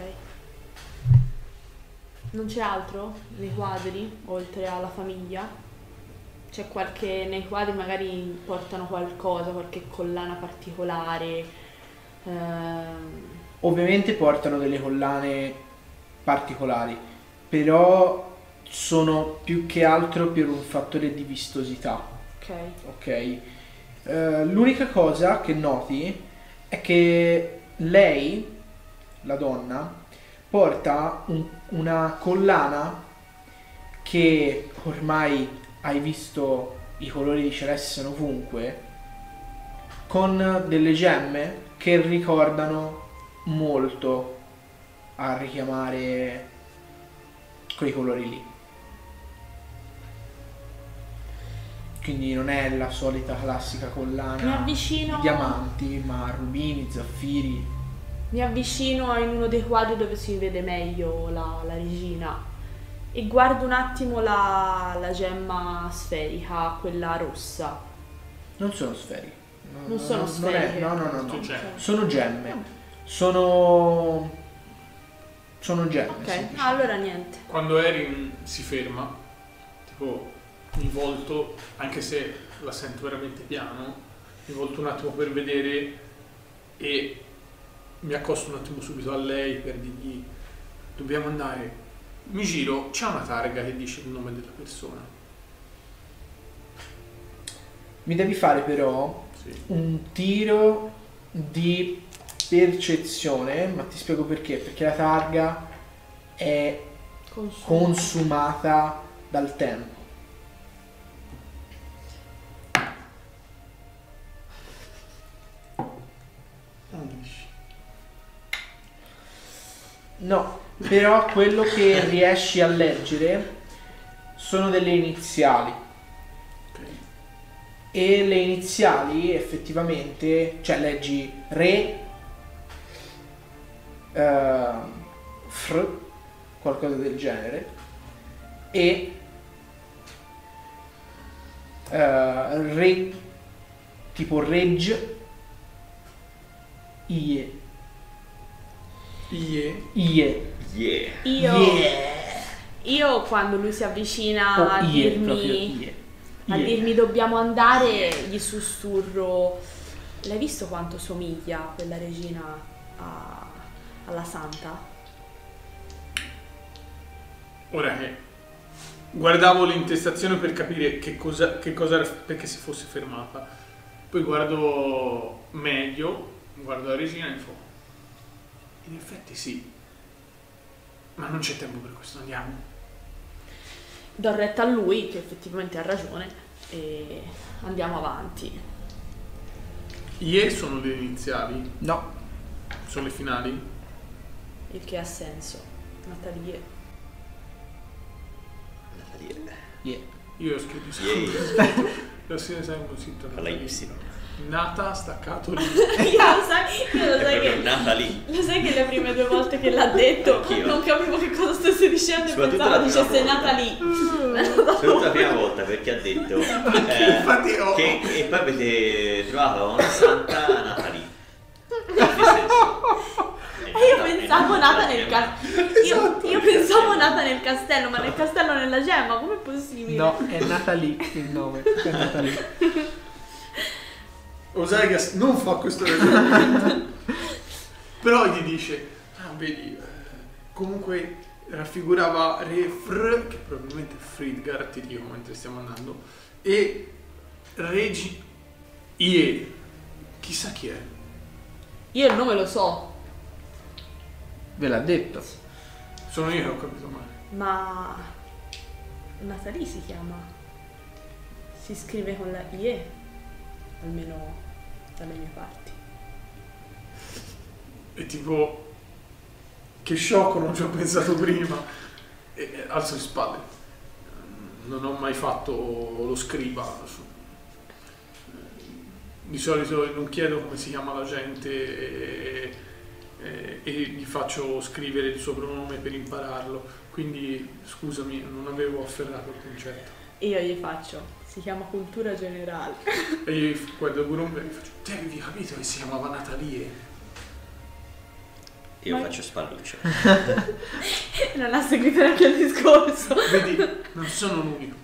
Speaker 2: Non c'è altro nei quadri, oltre alla famiglia? C'è qualche... nei quadri magari portano qualcosa, qualche collana particolare. ehm,
Speaker 1: Ovviamente portano delle collane particolari, però sono più che altro per un fattore di vistosità,
Speaker 2: ok.
Speaker 1: ok? Eh, l'unica cosa che noti è che lei, la donna, porta un- una collana che ormai hai visto i colori di celeste sono ovunque, con delle gemme che ricordano molto a richiamare quei colori lì. Quindi non è la solita classica collana
Speaker 2: Mi avvicino-
Speaker 1: di diamanti, ma rubini, zaffiri.
Speaker 2: Mi avvicino in uno dei quadri dove si vede meglio la, la regina e guardo un attimo la, la gemma sferica, quella rossa.
Speaker 1: Non sono sferi. No,
Speaker 2: Non
Speaker 1: no,
Speaker 2: sono
Speaker 1: no,
Speaker 2: sferiche.
Speaker 1: è- no, no, no, no.
Speaker 3: Sono gemme.
Speaker 1: Sono gemme. Sono... Sono gemme.
Speaker 2: Ok,
Speaker 1: si dice.
Speaker 2: ah, allora niente.
Speaker 3: Quando Erin si ferma, tipo mi volto, anche se la sento veramente piano, mi volto un attimo per vedere e mi accosto un attimo subito a lei per dirgli dobbiamo andare. Mi giro, c'è una targa che dice il nome della persona.
Speaker 1: Mi devi fare però
Speaker 3: Sì.
Speaker 1: un tiro di percezione, ma ti spiego perché. Perché la targa è
Speaker 2: Consumo.
Speaker 1: consumata dal tempo.
Speaker 3: undici.
Speaker 1: No, però quello che riesci a leggere sono delle iniziali.
Speaker 3: Ok.
Speaker 1: E le iniziali effettivamente, cioè leggi re, eh, fr, qualcosa del genere, e eh, re, tipo regge, ie,
Speaker 3: Ie.
Speaker 1: ie,
Speaker 4: Yeah.
Speaker 2: Io,
Speaker 1: yeah.
Speaker 2: io quando lui si avvicina a
Speaker 1: O ie, proprio
Speaker 2: dirmi,
Speaker 1: ie.
Speaker 2: a
Speaker 1: Ie.
Speaker 2: dirmi dobbiamo andare, gli sussurro. L'hai visto quanto somiglia quella regina a- alla santa?
Speaker 3: Ora che guardavo l'intestazione per capire che cosa, che cosa era, perché si fosse fermata, poi guardo meglio, guardo la regina e dico in effetti sì, ma non c'è tempo per questo, andiamo.
Speaker 2: Do retta a lui, che effettivamente ha ragione, e andiamo avanti.
Speaker 3: Ie sono le iniziali,
Speaker 1: No,
Speaker 3: sono le finali.
Speaker 2: Il che ha senso. Natalie.
Speaker 1: ie.
Speaker 3: Io ho scritto
Speaker 4: Yeah.
Speaker 3: lo si sempre scritto
Speaker 4: Con la Y.
Speaker 3: nata staccato lì.
Speaker 2: io lo sai, io lo
Speaker 4: È
Speaker 2: sai
Speaker 4: proprio
Speaker 2: che...
Speaker 4: nata lì.
Speaker 2: Lo sai che le prime due volte che l'ha detto
Speaker 4: Anch'io.
Speaker 2: non capivo che cosa stesse dicendo e
Speaker 4: Soprattutto
Speaker 2: pensavo
Speaker 4: la prima
Speaker 2: dicesse
Speaker 4: volta.
Speaker 2: nata lì.
Speaker 4: Soprattutto la prima volta perché ha detto eh,
Speaker 3: infatti ho-
Speaker 4: che e poi avete trovato una santa nata lì. Nel senso, è
Speaker 2: E io
Speaker 4: nata- è
Speaker 2: pensavo nata nel
Speaker 4: nel
Speaker 2: castello. Io, io pensavo nata nel castello, ma nel castello nella gemma, com'è possibile?
Speaker 1: No, è nata lì il nome, è nata lì.
Speaker 3: Osagas non fa questo ragionamento. Però gli dice, ah vedi, eh, comunque raffigurava Re Fr, che probabilmente è Fridgar, ti dico mentre stiamo andando, e Regi Ie, chissà chi è.
Speaker 2: Io il nome lo so,
Speaker 1: Ve l'ha detto.
Speaker 3: Sono io che ho capito male.
Speaker 2: ma Natalie si chiama. Si scrive con la I E, almeno dalle mie parti.
Speaker 3: E tipo, che sciocco, non ci ho pensato prima. E, e alzo le spalle. Non ho mai fatto lo scriba. Di solito non chiedo come si chiama la gente e, e, e gli faccio scrivere il suo pronome per impararlo. Quindi scusami, non avevo afferrato il concetto.
Speaker 2: E io gli faccio, si chiama cultura generale.
Speaker 3: E io guardo pure un e faccio, te avevi capito che si chiamava Natalie?
Speaker 4: Io
Speaker 2: Ma-
Speaker 4: faccio spalluccio.
Speaker 2: Non ha seguito neanche il discorso.
Speaker 3: Vedi, non sono l'unico.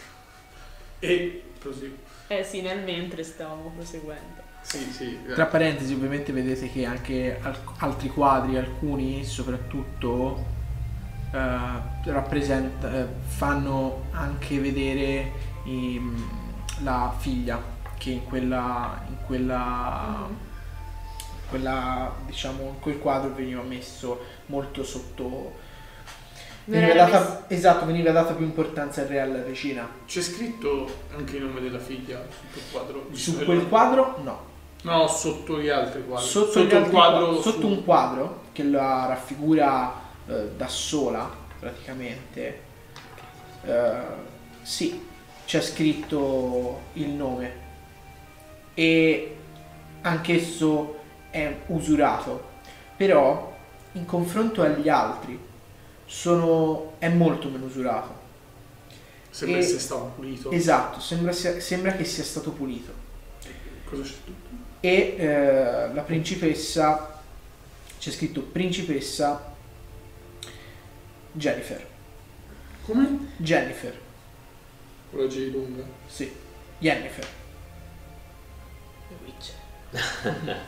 Speaker 3: E proseguo.
Speaker 2: Eh sì, nel mentre stavamo proseguendo.
Speaker 3: Sì, sì. eh.
Speaker 1: Tra parentesi, ovviamente vedete che anche al- altri quadri, alcuni soprattutto, eh, rappresenta- eh, fanno anche vedere i- la figlia che in quella, in quella, quella, diciamo, in quel quadro veniva messo molto sotto. Veniva
Speaker 2: Veniva
Speaker 1: data, esatto, veniva data più importanza al re e alla regina.
Speaker 3: C'è scritto anche il nome della figlia sul quadro?
Speaker 1: Su quel quadro no.
Speaker 3: No, sotto gli altri quadri.
Speaker 1: Sotto, gli
Speaker 3: il
Speaker 1: altri
Speaker 3: quadro.
Speaker 1: qua- sotto
Speaker 3: su-
Speaker 1: un quadro che la raffigura eh, da sola, praticamente. Uh, sì, c'è scritto il nome e anch'esso è usurato, però in confronto agli altri sono, è molto meno usurato.
Speaker 3: Sembra
Speaker 1: E-
Speaker 3: che sia stato pulito.
Speaker 1: Esatto, sembra, sia- sembra che sia stato pulito.
Speaker 3: Cosa c'è tutto?
Speaker 1: E eh, la principessa, c'è scritto principessa Jennifer.
Speaker 3: Come?
Speaker 1: Jennifer,
Speaker 3: Con la J lunga.
Speaker 1: sì, Jennifer.
Speaker 2: The Witcher.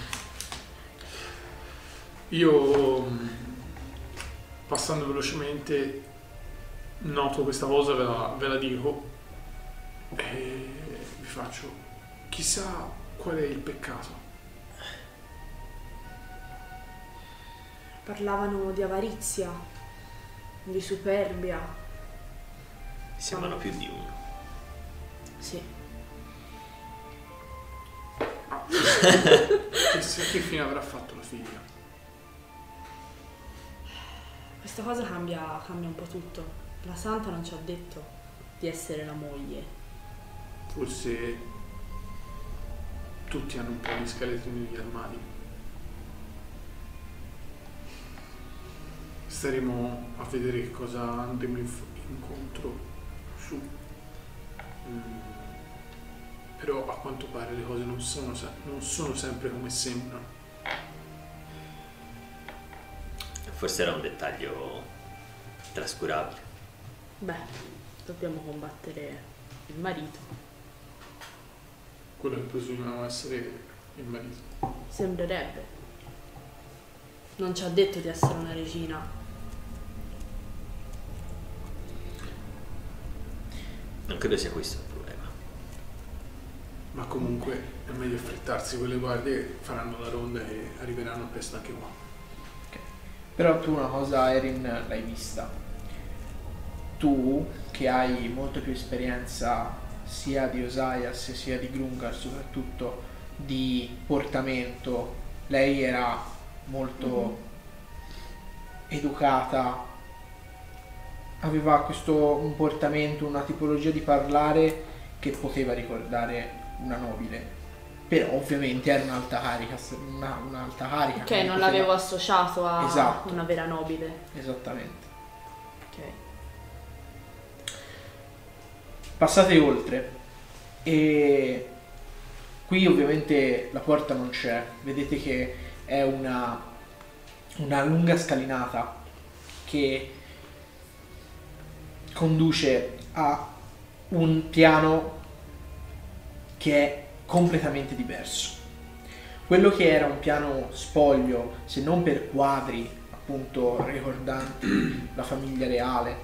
Speaker 3: Io, mh, passando velocemente, noto questa cosa, ve la, ve la dico e vi faccio: chissà qual è il peccato.
Speaker 2: Parlavano di avarizia, di superbia.
Speaker 4: Sembrano più di uno.
Speaker 2: Sì.
Speaker 3: Chissà che fine avrà fatto la figlia.
Speaker 2: Questa cosa cambia, cambia un po' tutto. La santa non ci ha detto di essere la moglie.
Speaker 3: Forse tutti hanno un po' di scheletri negli armadi. Staremo a vedere che cosa andremo inf- incontro su. Mm. Però a quanto pare le cose non sono, se- non sono sempre come sembrano.
Speaker 4: Forse era un dettaglio trascurabile.
Speaker 2: Beh, dobbiamo combattere il marito.
Speaker 3: Quello che presumiamo essere il marito.
Speaker 2: Sembrerebbe. Non ci ha detto di essere una regina.
Speaker 4: Non credo sia questo il problema.
Speaker 3: Ma comunque è meglio affrettarsi, quelle guardie faranno la ronda e arriveranno presto anche qua.
Speaker 1: Però tu una cosa, Erin, l'hai vista. Tu, che hai molto più esperienza sia di Osias sia di Grungar, soprattutto di portamento, lei era molto educata, aveva questo un portamento, una tipologia di parlare che poteva ricordare una nobile. Però ovviamente era un'alta carica, una, un'alta carica.
Speaker 2: Ok,
Speaker 1: quindi
Speaker 2: non
Speaker 1: poteva-
Speaker 2: l'avevo associato a
Speaker 1: Esatto.
Speaker 2: una vera nobile.
Speaker 1: Esattamente.
Speaker 2: Ok.
Speaker 1: Passate oltre e qui ovviamente la porta non c'è, vedete che è una, una lunga scalinata che conduce a un piano che è completamente diverso. Quello che era un piano spoglio, se non per quadri appunto ricordanti la famiglia reale,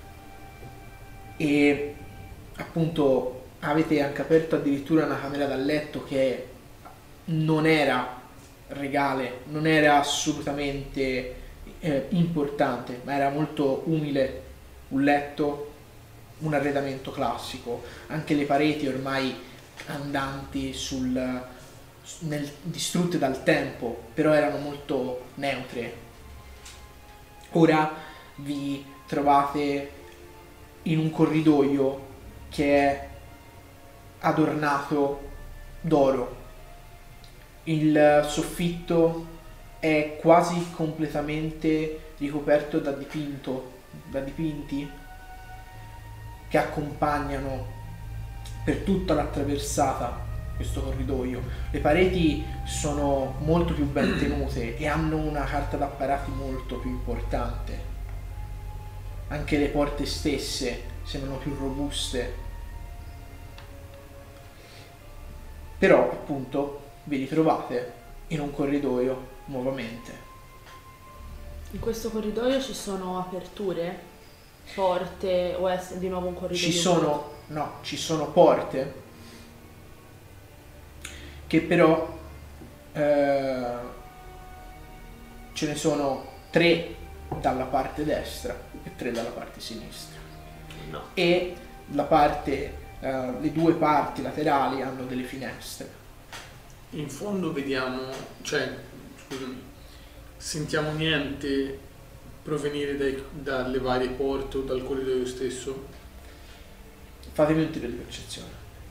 Speaker 1: e appunto avete anche aperto addirittura una camera da letto che non era regale, non era assolutamente eh, importante, ma era molto umile, un letto, un arredamento classico, anche le pareti ormai andanti sul, nel, distrutte dal tempo, però erano molto neutre. Ora vi trovate in un corridoio che è adornato d'oro. Il soffitto è quasi completamente ricoperto da dipinto, da dipinti che accompagnano per tutta la traversata questo corridoio. Le pareti sono molto più ben tenute e hanno una carta d'apparati molto più importante. Anche le porte stesse sembrano più robuste. Però appunto vi ritrovate in un corridoio nuovamente.
Speaker 2: In questo corridoio ci sono aperture, porte o è di nuovo un corridoio?
Speaker 1: Ci sono, no, ci sono porte che però eh, ce ne sono tre dalla parte destra e tre dalla parte sinistra.
Speaker 4: No.
Speaker 1: E la parte, eh, le due parti laterali hanno delle finestre.
Speaker 3: In fondo vediamo, cioè, scusami, sentiamo niente provenire dai- dalle varie porte o dal corridoio stesso?
Speaker 1: Fatemi un tiro di percezione.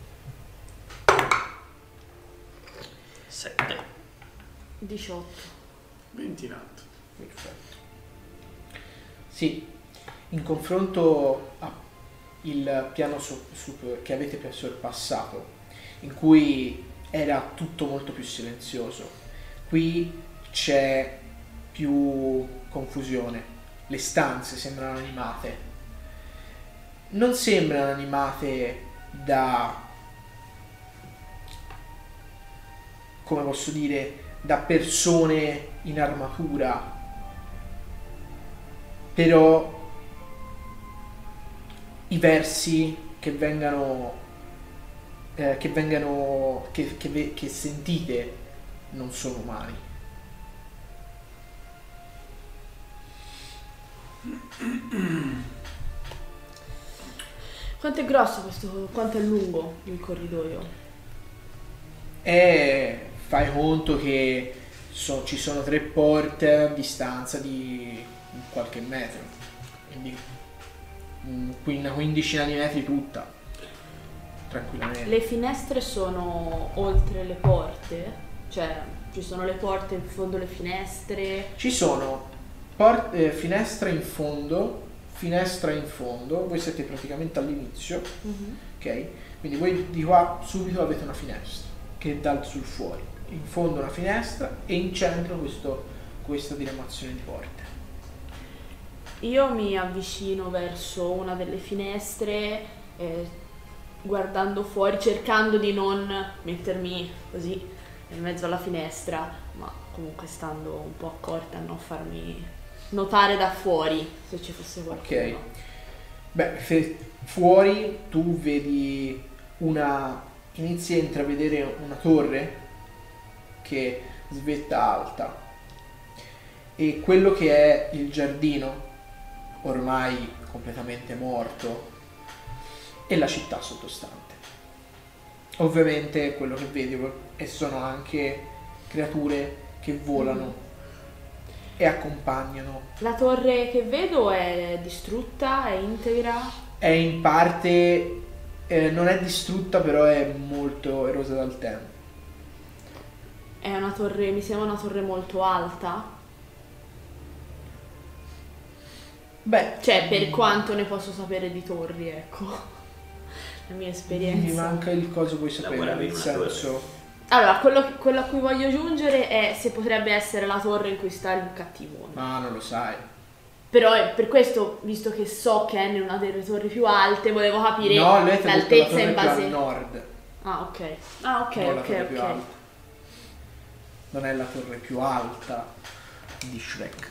Speaker 4: Sette.
Speaker 2: diciotto.
Speaker 3: venti in alto.
Speaker 1: Perfetto. Sì, in confronto al piano so- su- che avete per sorpassato, in cui era tutto molto più silenzioso, qui c'è più confusione, le stanze sembrano animate, non sembrano animate da, come posso dire, da persone in armatura, però i versi che vengano eh, che vengano che, che, ve- che sentite non sono umani.
Speaker 2: Quanto è grosso questo, quanto è lungo il corridoio?
Speaker 1: E fai conto che so- ci sono tre porte a distanza di qualche metro, quindi mm, qui una quindicina di metri tutta, tranquillamente.
Speaker 2: Le finestre sono oltre le porte? Cioè, ci sono le porte in fondo alle finestre?
Speaker 1: Ci sono por- eh, finestra in fondo, finestra in fondo, voi siete praticamente all'inizio,
Speaker 2: Mhm.
Speaker 1: ok? Quindi voi di qua subito avete una finestra che dà sul fuori, in fondo una finestra e in centro questo, questa diramazione di porte.
Speaker 2: Io mi avvicino verso una delle finestre, eh, guardando fuori, cercando di non mettermi così in mezzo alla finestra, ma comunque stando un po' accorta a non farmi notare da fuori se ci fosse qualcuno.
Speaker 1: Ok. Beh, fe- fuori tu vedi una, inizi a intravedere una torre che svetta alta e quello che è il giardino ormai completamente morto e la città sottostante. Ovviamente quello che vedi e sono anche creature che volano e accompagnano.
Speaker 2: La torre che vedo è distrutta, è integra?
Speaker 1: È in parte, eh, non è distrutta, però è molto erosa dal tempo.
Speaker 2: È una torre, mi sembra una torre molto alta.
Speaker 1: Beh,
Speaker 2: Cioè, per quanto ne posso sapere di torri, ecco. La mia esperienza.
Speaker 1: mi manca il coso puoi sapere,
Speaker 4: Lavoravi in
Speaker 1: nel
Speaker 4: una torre.
Speaker 1: senso.
Speaker 2: Allora, quello, quello a cui voglio giungere è se potrebbe essere la torre in cui sta il cattivone.
Speaker 1: Ma non lo sai.
Speaker 2: Però è per questo, visto che so che è in una delle torri più alte, volevo capire
Speaker 1: No, lei ti ha detto la
Speaker 2: l'altezza
Speaker 1: torre
Speaker 2: in
Speaker 1: più
Speaker 2: base.
Speaker 1: al nord.
Speaker 2: Ah, ok. Ah, ok,
Speaker 1: non la
Speaker 2: ok,
Speaker 1: torre più
Speaker 2: ok.
Speaker 1: alta. Non è la torre più alta di Shrek.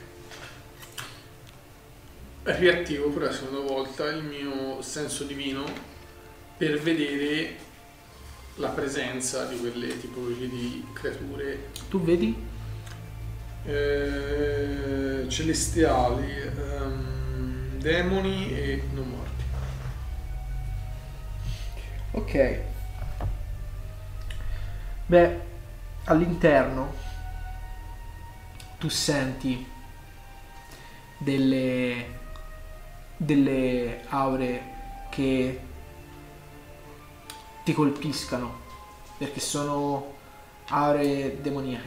Speaker 3: Riattivo per la seconda volta il mio senso divino per vedere la presenza di quelle tipologie di creature
Speaker 1: Tu vedi?
Speaker 3: eh, celestiali, ehm, demoni e non morti.
Speaker 1: Ok. Beh, all'interno tu senti delle delle aure che ti colpiscano perché sono aure demoniache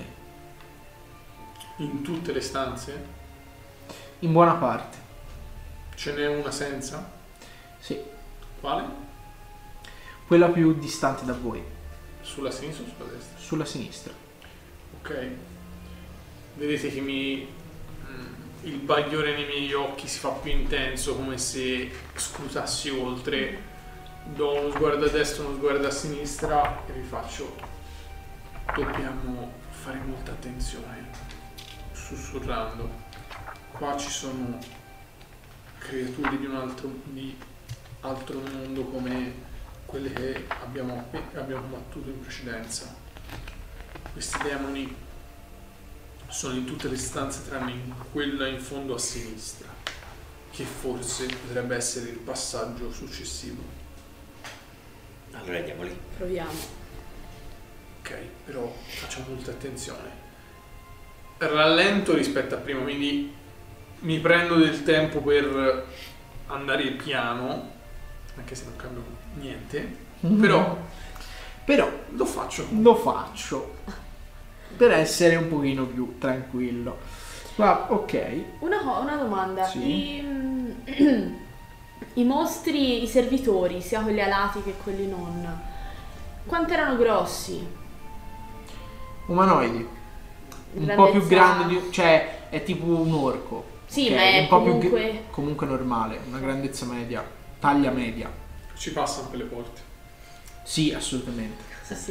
Speaker 3: In tutte le stanze
Speaker 1: in buona parte.
Speaker 3: ce n'è una senza.
Speaker 1: Sì,
Speaker 3: Quale?
Speaker 1: quella più distante da voi,
Speaker 3: Sulla sinistra o sulla destra?
Speaker 1: sulla sinistra.
Speaker 3: Ok. Vedete che mi mm, il bagliore nei miei occhi si fa più intenso, come se scrutassi oltre. Do uno sguardo a destra, uno sguardo a sinistra e vi faccio: dobbiamo fare molta attenzione, sussurrando. Qua ci sono creature di un altro, di altro mondo come quelle che abbiamo, appe- abbiamo combattuto in precedenza. Questi demoni sono in tutte le stanze tranne in quella in fondo a sinistra, che forse potrebbe essere il passaggio successivo.
Speaker 4: Allora andiamo lì.
Speaker 2: Proviamo.
Speaker 3: Ok, però facciamo molta attenzione. Rallento rispetto a prima, quindi mi prendo del tempo per andare piano, anche se non cambio niente,
Speaker 1: Mm.
Speaker 3: però
Speaker 1: Però
Speaker 3: lo faccio.
Speaker 1: lo faccio per essere un pochino più tranquillo. Ma ok,
Speaker 2: Una, co- una domanda.
Speaker 1: Sì.
Speaker 2: I, mm, I mostri, i servitori, sia quelli alati che quelli non, quanto erano grossi?
Speaker 1: umanoidi. Un po' più
Speaker 2: Grandezza-
Speaker 1: grande di... cioè è tipo un orco.
Speaker 2: Sì,
Speaker 1: ok?
Speaker 2: ma è
Speaker 1: un po' più
Speaker 2: comunque...
Speaker 1: gr- comunque normale, una grandezza media, taglia media.
Speaker 3: Ci passano per le porte.
Speaker 1: Sì, assolutamente.
Speaker 2: Sì, sì.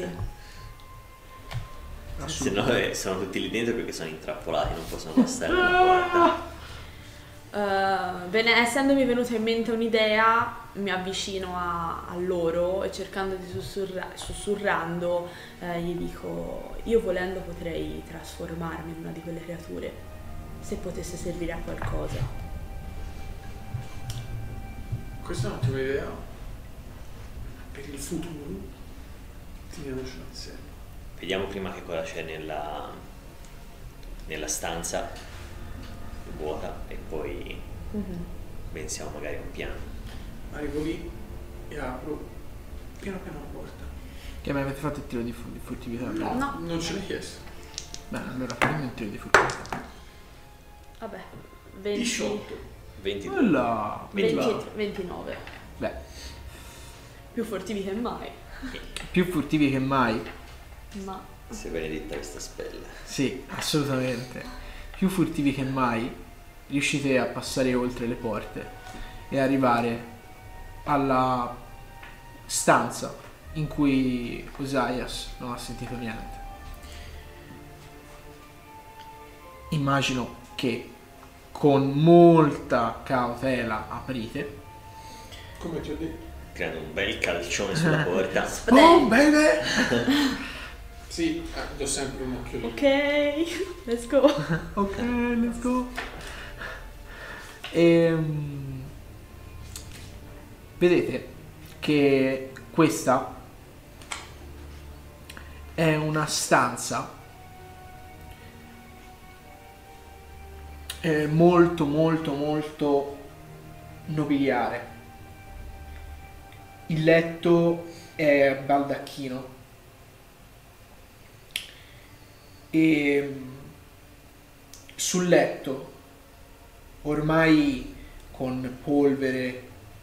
Speaker 4: Se no eh, sono tutti lì dentro perché sono intrappolati, non possono passare nella porta.
Speaker 2: Uh, bene, essendomi venuta in mente un'idea, mi avvicino a, a loro e cercando di sussurra- sussurrando eh, gli dico: io volendo potrei trasformarmi in una di quelle creature, se potesse servire a qualcosa.
Speaker 3: Questa è un'ottima idea. Per il futuro teniamoci insieme.
Speaker 4: Vediamo prima che cosa c'è nella, nella stanza vuota e poi
Speaker 2: Mhm.
Speaker 4: pensiamo magari a un piano.
Speaker 3: Arrivo lì e apro piano piano la porta.
Speaker 1: Che mi avete fatto il tiro di, fu- di furtività?
Speaker 3: No,
Speaker 2: No.
Speaker 3: non ce l'hai chiesto.
Speaker 1: Bene, allora prendi il tiro di furtività.
Speaker 2: Vabbè, venti,
Speaker 3: diciotto.
Speaker 4: ventidue.
Speaker 1: Quella...
Speaker 2: venti, ventinove.
Speaker 1: Beh,
Speaker 2: Più furtivi che mai.
Speaker 1: più furtivi che mai.
Speaker 2: Ma
Speaker 4: Se benedetta questa spella.
Speaker 1: Sì, assolutamente. Più furtivi che mai riuscite a passare oltre le porte e arrivare alla stanza in cui Osias non ha sentito niente. Immagino che con molta cautela aprite.
Speaker 3: Come ti ho detto.
Speaker 4: Creando un bel calcione sulla porta.
Speaker 1: Oh, bene!
Speaker 3: Sì, eh, do sempre un occhio lì.
Speaker 2: ok, let's go.
Speaker 1: Ok, let's go. Ehm, vedete che questa è una stanza eh, molto molto molto nobiliare. Il letto è a baldacchino e sul letto, ormai con polvere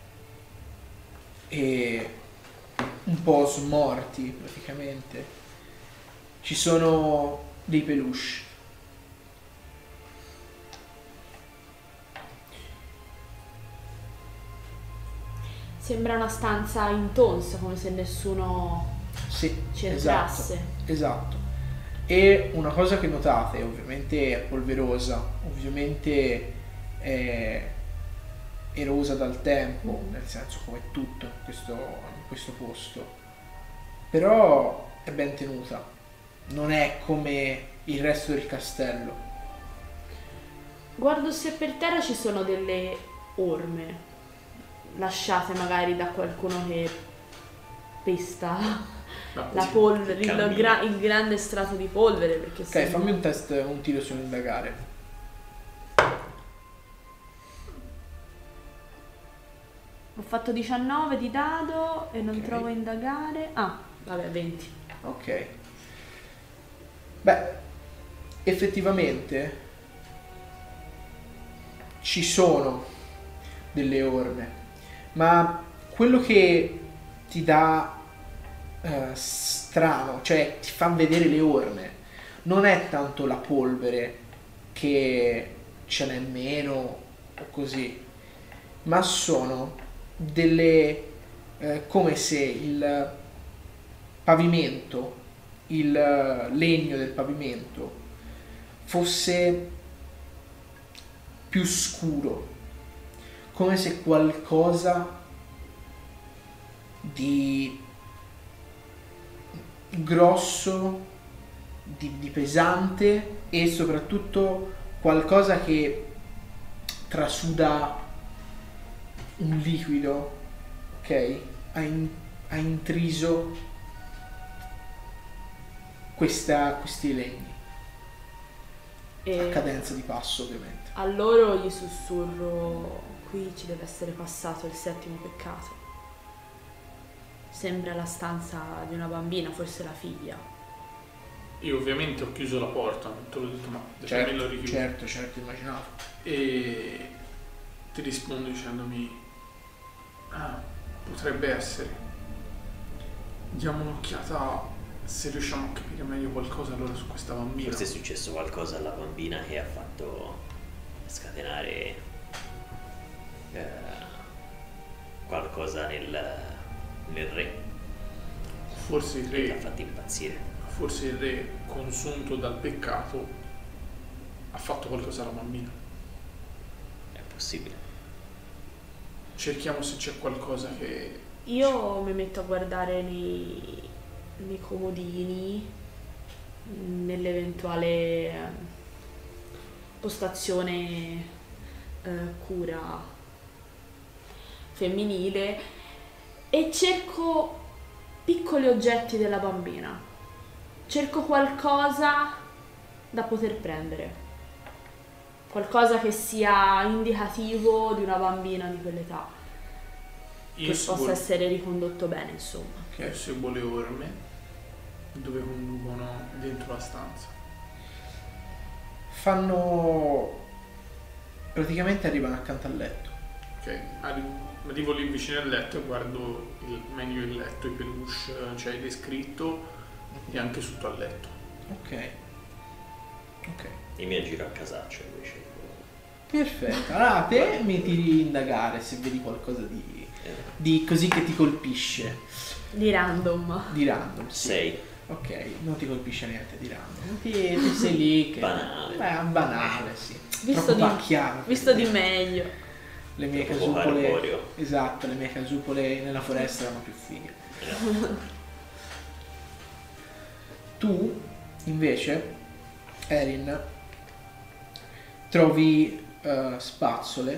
Speaker 1: e un po' smorti praticamente, ci sono dei peluche.
Speaker 2: Sembra una stanza intonsa, come se nessuno
Speaker 1: Sì,
Speaker 2: ci
Speaker 1: esatto,
Speaker 2: entrasse.
Speaker 1: esatto. E una cosa che notate, ovviamente è polverosa, ovviamente è erosa dal tempo, nel senso come tutto in questo, in questo posto, però è ben tenuta, non è come il resto del castello.
Speaker 2: Guardo se per terra ci sono delle orme, lasciate magari da qualcuno che pesta
Speaker 3: Ma
Speaker 2: la
Speaker 3: sì.
Speaker 2: polvere, il,
Speaker 4: Cammina.
Speaker 2: gra- il grande strato di polvere, perché
Speaker 1: Ok,
Speaker 2: se
Speaker 1: fammi un test, un tiro sull'indagare.
Speaker 2: ho fatto diciannove di dado e non
Speaker 1: Ok.
Speaker 2: trovo indagare. Ah, vabbè, venti.
Speaker 1: Ok. Beh, effettivamente ci sono delle orme, ma quello che ti dà eh, strano, cioè ti fa vedere le orme, non è tanto la polvere che ce n'è meno o così, ma sono delle eh, come se il pavimento, il eh, legno del pavimento fosse più scuro, come se qualcosa di grosso, di, di pesante e soprattutto qualcosa che trasuda un liquido, ok? Ha, in- ha intriso questa, questi legni.
Speaker 2: E
Speaker 1: a cadenza di passo ovviamente.
Speaker 2: a loro gli sussurro: qui ci deve essere passato il settimo peccato. Sembra la stanza di una bambina, forse la figlia.
Speaker 3: Io ovviamente ho chiuso la porta, non te l'ho detto, ma
Speaker 1: Certo,
Speaker 3: lo richiudo.
Speaker 1: certo, certo, immaginavo.
Speaker 3: E ti rispondo dicendomi: ah, potrebbe essere. Diamo un'occhiata se riusciamo a capire meglio qualcosa allora su questa bambina.
Speaker 4: Forse è successo qualcosa alla bambina che ha fatto scatenare eh, qualcosa nel, nel re,
Speaker 3: Forse il
Speaker 4: che l'ha
Speaker 3: re,
Speaker 4: fatto impazzire.
Speaker 3: forse il re, consunto dal peccato, ha fatto qualcosa alla bambina.
Speaker 4: È possibile.
Speaker 3: Cerchiamo se c'è qualcosa che...
Speaker 2: Io mi metto a guardare nei, nei comodini, nell'eventuale eh, postazione eh, cura femminile, e cerco piccoli oggetti della bambina. Cerco qualcosa da poter prendere. Qualcosa che sia indicativo di una bambina di quell'età,
Speaker 3: Io
Speaker 2: che
Speaker 3: seguo,
Speaker 2: possa essere ricondotto bene, insomma.
Speaker 3: io seguo le orme dove conducono dentro la stanza.
Speaker 1: Fanno... praticamente arrivano accanto al letto.
Speaker 3: Ok, arri- arrivo lì vicino al letto e guardo il, meglio il letto, i peluche, cioè il descritto, e anche sotto al letto.
Speaker 1: Ok. Ok.
Speaker 4: Io mi aggiro a casaccio invece.
Speaker 1: Perfetto. Allora te mi tiri indagare se vedi qualcosa di,
Speaker 4: Eh,
Speaker 1: di così che ti colpisce.
Speaker 2: Di random.
Speaker 1: Di random. Sì.
Speaker 4: sei.
Speaker 1: Ok, non ti colpisce niente di random. Ti, ti sei lì che...
Speaker 4: Banale.
Speaker 1: Beh, banale, sì.
Speaker 2: Visto
Speaker 1: Troppo
Speaker 2: di,
Speaker 1: pacchiano.
Speaker 2: visto di meglio.
Speaker 1: Le mie
Speaker 4: Troppo
Speaker 1: casupole...
Speaker 4: arborio.
Speaker 1: Esatto, le mie casupole nella foresta erano più fighe. Tu, invece, Erin, trovi eh, spazzole,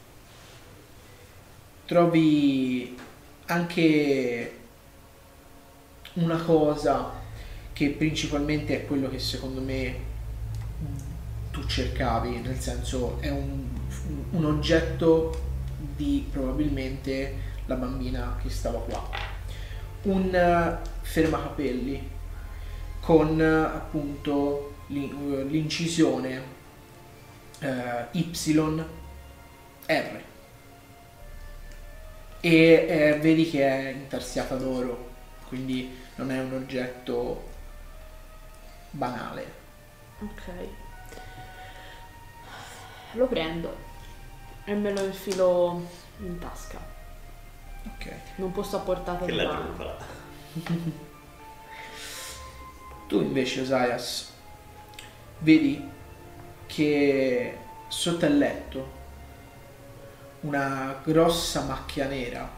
Speaker 1: trovi anche una cosa che principalmente è quello che secondo me tu cercavi, nel senso è un, un oggetto di probabilmente la bambina che stava qua. Un eh, fermacapelli con eh, appunto l'in- l'incisione eh, Y R e eh, vedi che è intarsiata d'oro, quindi non è un oggetto banale.
Speaker 2: Ok. Lo prendo e me lo infilo in tasca.
Speaker 1: Ok.
Speaker 2: Non posso a portata
Speaker 4: Che
Speaker 2: di
Speaker 4: la
Speaker 2: mano.
Speaker 4: giuncola.
Speaker 1: Tu invece, Osaias, vedi che sotto il letto una grossa macchia nera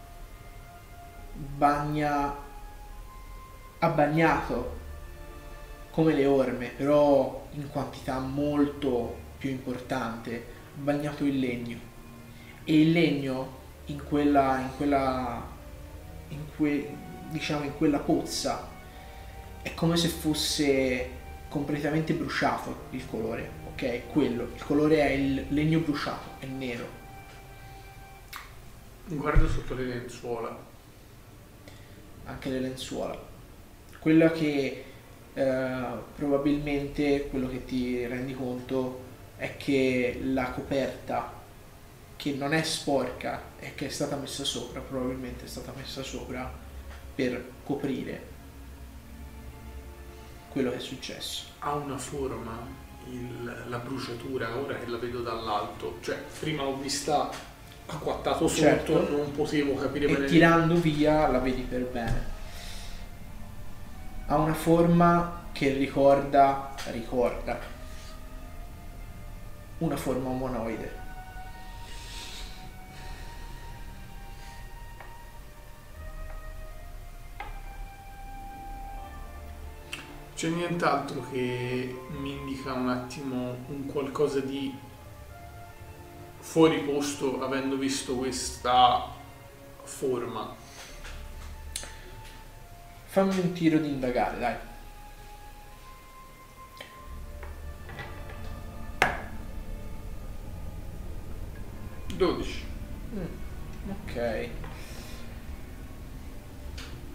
Speaker 1: bagna, ha bagnato come le orme, però in quantità molto più importante, ha bagnato il legno, e il legno in quella, in quella, in que, diciamo in quella pozza è come se fosse completamente bruciato il colore, ok? Quello, il colore è il legno bruciato, è nero.
Speaker 3: Guardo sotto le lenzuola.
Speaker 1: Anche le lenzuola. Quella che eh, probabilmente quello che ti rendi conto è che la coperta, che non è sporca e che è stata messa sopra, probabilmente è stata messa sopra per coprire quello che è successo.
Speaker 3: Ha una forma il- la bruciatura, ora che la vedo dall'alto, cioè prima l'ho vista acquattato sotto,
Speaker 1: Certo.
Speaker 3: non potevo capire
Speaker 1: E
Speaker 3: bene.
Speaker 1: tirando via la vedi per bene. Ha una forma che ricorda, ricorda una forma umanoide.
Speaker 3: C'è nient'altro che mi indica un attimo un qualcosa di fuori posto avendo visto questa forma.
Speaker 1: Fammi un tiro di indagare, dai.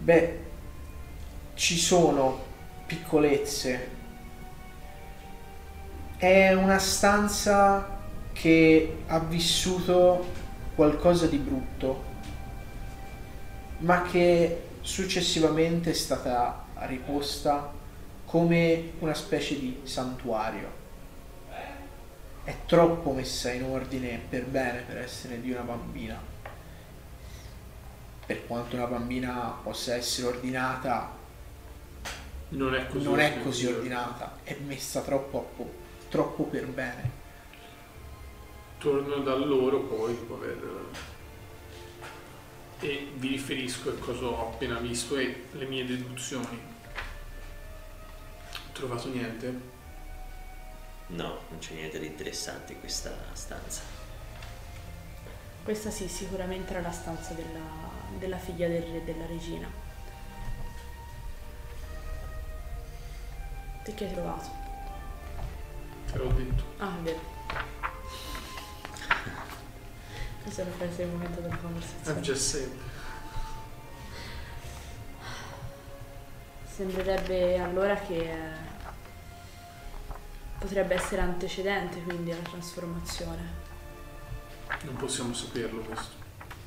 Speaker 1: Beh, ci sono piccolezze. È una stanza che ha vissuto qualcosa di brutto, ma che successivamente è stata riposta come una specie di santuario. È troppo messa in ordine per bene per essere di una bambina. Per quanto una bambina possa essere ordinata,
Speaker 3: Non è così,
Speaker 1: non è così ordinata, è messa troppo, troppo per bene.
Speaker 3: Torno da loro poi dopo aver... e vi riferisco a cosa ho appena visto e le mie deduzioni. Ho trovato niente?
Speaker 4: No, non c'è niente di interessante in questa stanza.
Speaker 2: Questa sì, sicuramente era la stanza della, della figlia del re e della regina. Te che hai trovato?
Speaker 3: Te l'ho detto.
Speaker 2: Ah, è vero. Questa è la frase del momento della conversazione.
Speaker 3: I've just said.
Speaker 2: Sembrerebbe allora che eh, potrebbe essere antecedente quindi alla trasformazione.
Speaker 3: Non possiamo saperlo questo.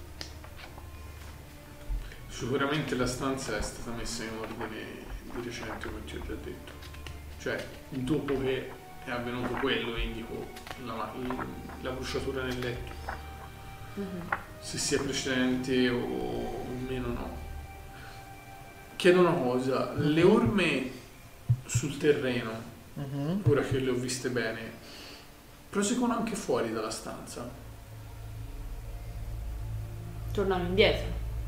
Speaker 3: Sicuramente la stanza è stata messa in ordine di recente, come ti ho già detto. Cioè, dopo che è avvenuto quello, indico la, la bruciatura nel letto.
Speaker 2: Mm-hmm.
Speaker 3: Se sia precedente o meno no. Chiedo una cosa, le orme sul terreno,
Speaker 1: Mm-hmm.
Speaker 3: ora che le ho viste bene, proseguono anche fuori dalla stanza?
Speaker 2: Tornano indietro.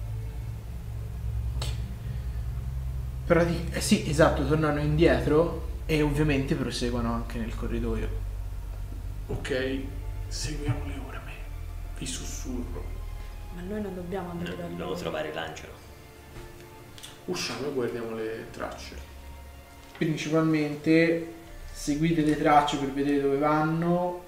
Speaker 1: Prati- eh sì, esatto, tornano indietro e ovviamente proseguono anche nel corridoio.
Speaker 3: Ok, seguiamo le orme, vi sussurro.
Speaker 2: Ma noi non dobbiamo andare
Speaker 4: No,
Speaker 2: da
Speaker 4: dobbiamo
Speaker 2: loro.
Speaker 4: trovare l'angelo.
Speaker 3: Usciamo e guardiamo le tracce.
Speaker 1: Principalmente seguite le tracce per vedere dove vanno,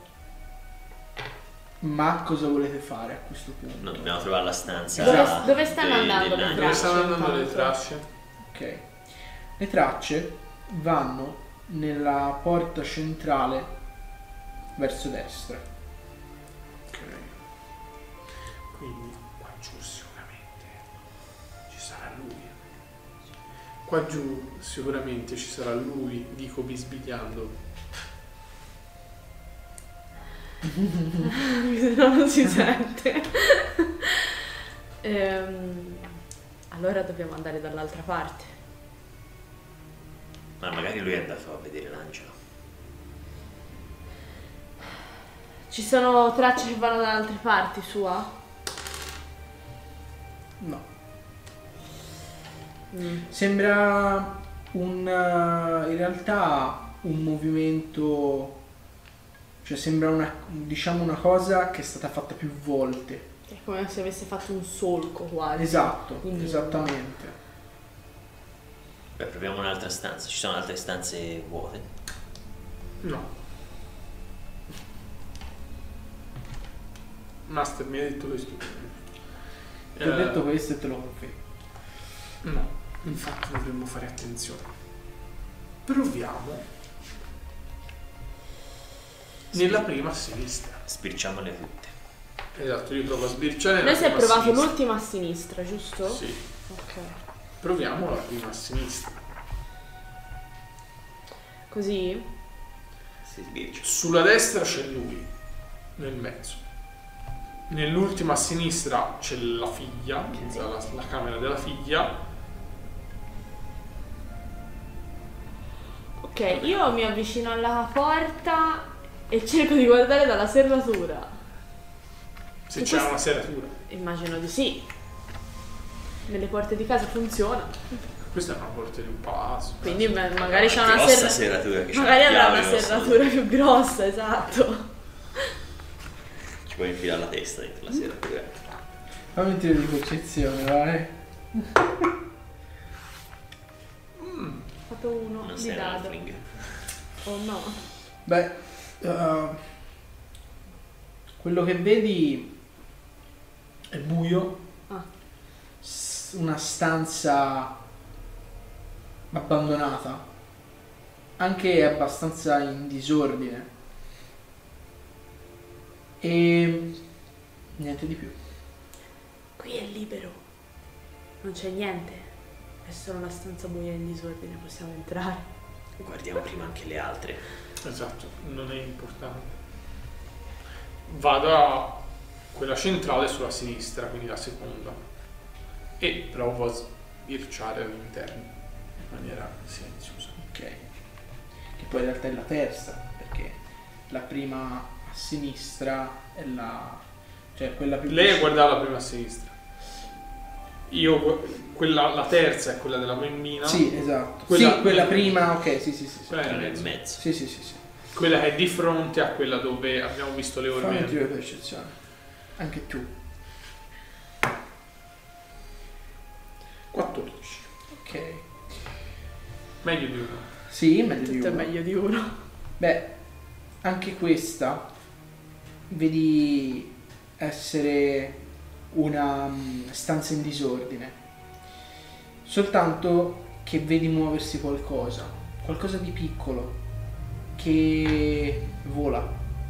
Speaker 1: ma cosa volete fare a questo punto?
Speaker 4: No, dobbiamo trovare la stanza.
Speaker 2: Dove- dove stanno
Speaker 4: de-
Speaker 2: andando le
Speaker 4: dell'angelo.
Speaker 3: Dove
Speaker 2: tracce?
Speaker 3: stanno andando le
Speaker 2: intanto.
Speaker 3: tracce?
Speaker 1: Ok. Le tracce vanno nella porta centrale verso destra.
Speaker 3: Ok. Quindi qua giù sicuramente ci sarà lui. Qua giù sicuramente ci sarà lui, dico bisbigliando.
Speaker 2: No, non si sente. Ehm, allora dobbiamo andare dall'altra parte.
Speaker 4: Ma magari lui è andato a vedere l'angelo.
Speaker 2: Ci sono tracce che vanno da altre parti, sua?
Speaker 1: No.
Speaker 2: Mm.
Speaker 1: Sembra un uh, in realtà un movimento, cioè sembra una, diciamo una cosa che è stata fatta più volte.
Speaker 2: È come se avesse fatto un solco quasi.
Speaker 1: Esatto,
Speaker 2: Quindi-
Speaker 1: esattamente.
Speaker 4: Beh, proviamo un'altra stanza. Ci sono altre stanze vuote?
Speaker 3: No. Master mi ha detto questo.
Speaker 1: Ti ho
Speaker 3: Eh,
Speaker 1: detto questo e te lo confermo.
Speaker 3: No, infatti dovremmo fare attenzione. Proviamo nella prima a sinistra.
Speaker 4: Spirciamole tutte.
Speaker 3: Esatto, io provo a sbirciare nella
Speaker 2: Noi si è
Speaker 3: prima a
Speaker 2: provato
Speaker 3: sinistra.
Speaker 2: l'ultima a sinistra, giusto?
Speaker 3: Sì,
Speaker 2: Ok.
Speaker 3: proviamo la prima a sinistra.
Speaker 2: Così?
Speaker 4: Si sbircia.
Speaker 3: Sulla destra c'è lui, nel mezzo. Nell'ultima a sinistra c'è la figlia, la, la camera della figlia.
Speaker 2: Ok, io mi avvicino alla porta e cerco di guardare dalla serratura.
Speaker 3: Se
Speaker 2: Su
Speaker 3: c'è
Speaker 2: questo-
Speaker 3: una serratura.
Speaker 2: Immagino di sì. Nelle porte di casa funziona.
Speaker 3: Questa è una porta di un palazzo.
Speaker 2: Quindi ma- magari c'è una
Speaker 4: grossa
Speaker 2: serratura.
Speaker 4: serratura che c'è
Speaker 2: Magari
Speaker 4: una
Speaker 2: avrà
Speaker 4: chiave,
Speaker 2: una
Speaker 4: non so.
Speaker 2: serratura più grossa, esatto.
Speaker 4: Ci puoi infilare la testa dentro la serratura.
Speaker 1: Fammi un tiro di percezione, vai.
Speaker 2: Ho fatto uno
Speaker 4: Non
Speaker 2: di
Speaker 4: sei un
Speaker 2: dado.
Speaker 4: halfling.
Speaker 2: Oh no.
Speaker 1: Beh, uh, quello che vedi è buio.
Speaker 2: Ah.
Speaker 1: S- una stanza abbandonata, anche abbastanza in disordine, e niente di più.
Speaker 2: Qui è libero, non c'è niente, è solo una stanza buia in disordine, possiamo entrare.
Speaker 4: Guardiamo prima anche le altre.
Speaker 3: Esatto, non è importante. Vado a quella centrale sulla sinistra, quindi la seconda, e provo a sbirciare all'interno in maniera silenziosa.
Speaker 1: Ok. Che poi in realtà è la terza, perché la prima a sinistra è la... cioè quella più...
Speaker 3: Lei guardava la prima a sinistra. Io, quella, la terza è quella della bambina.
Speaker 1: Sì, esatto.
Speaker 3: Quella-
Speaker 1: Sì, quella prima, ok, sì, sì, sì. sì.
Speaker 3: Quella è
Speaker 4: Quella
Speaker 3: nel
Speaker 4: nel
Speaker 3: mezzo.
Speaker 4: mezzo.
Speaker 1: Sì, sì, sì, sì.
Speaker 3: Quella che è di fronte a quella dove abbiamo visto le
Speaker 1: Fammi un tiro
Speaker 3: orme.
Speaker 1: di percezione. Anche tu.
Speaker 3: quattordici.
Speaker 1: Ok.
Speaker 3: Meglio di uno.
Speaker 1: Sì, meglio di
Speaker 2: Tutto è
Speaker 1: uno.
Speaker 2: meglio di uno.
Speaker 1: Beh, anche questa vedi essere una mm, stanza in disordine. Soltanto che vedi muoversi qualcosa, qualcosa di piccolo che vola.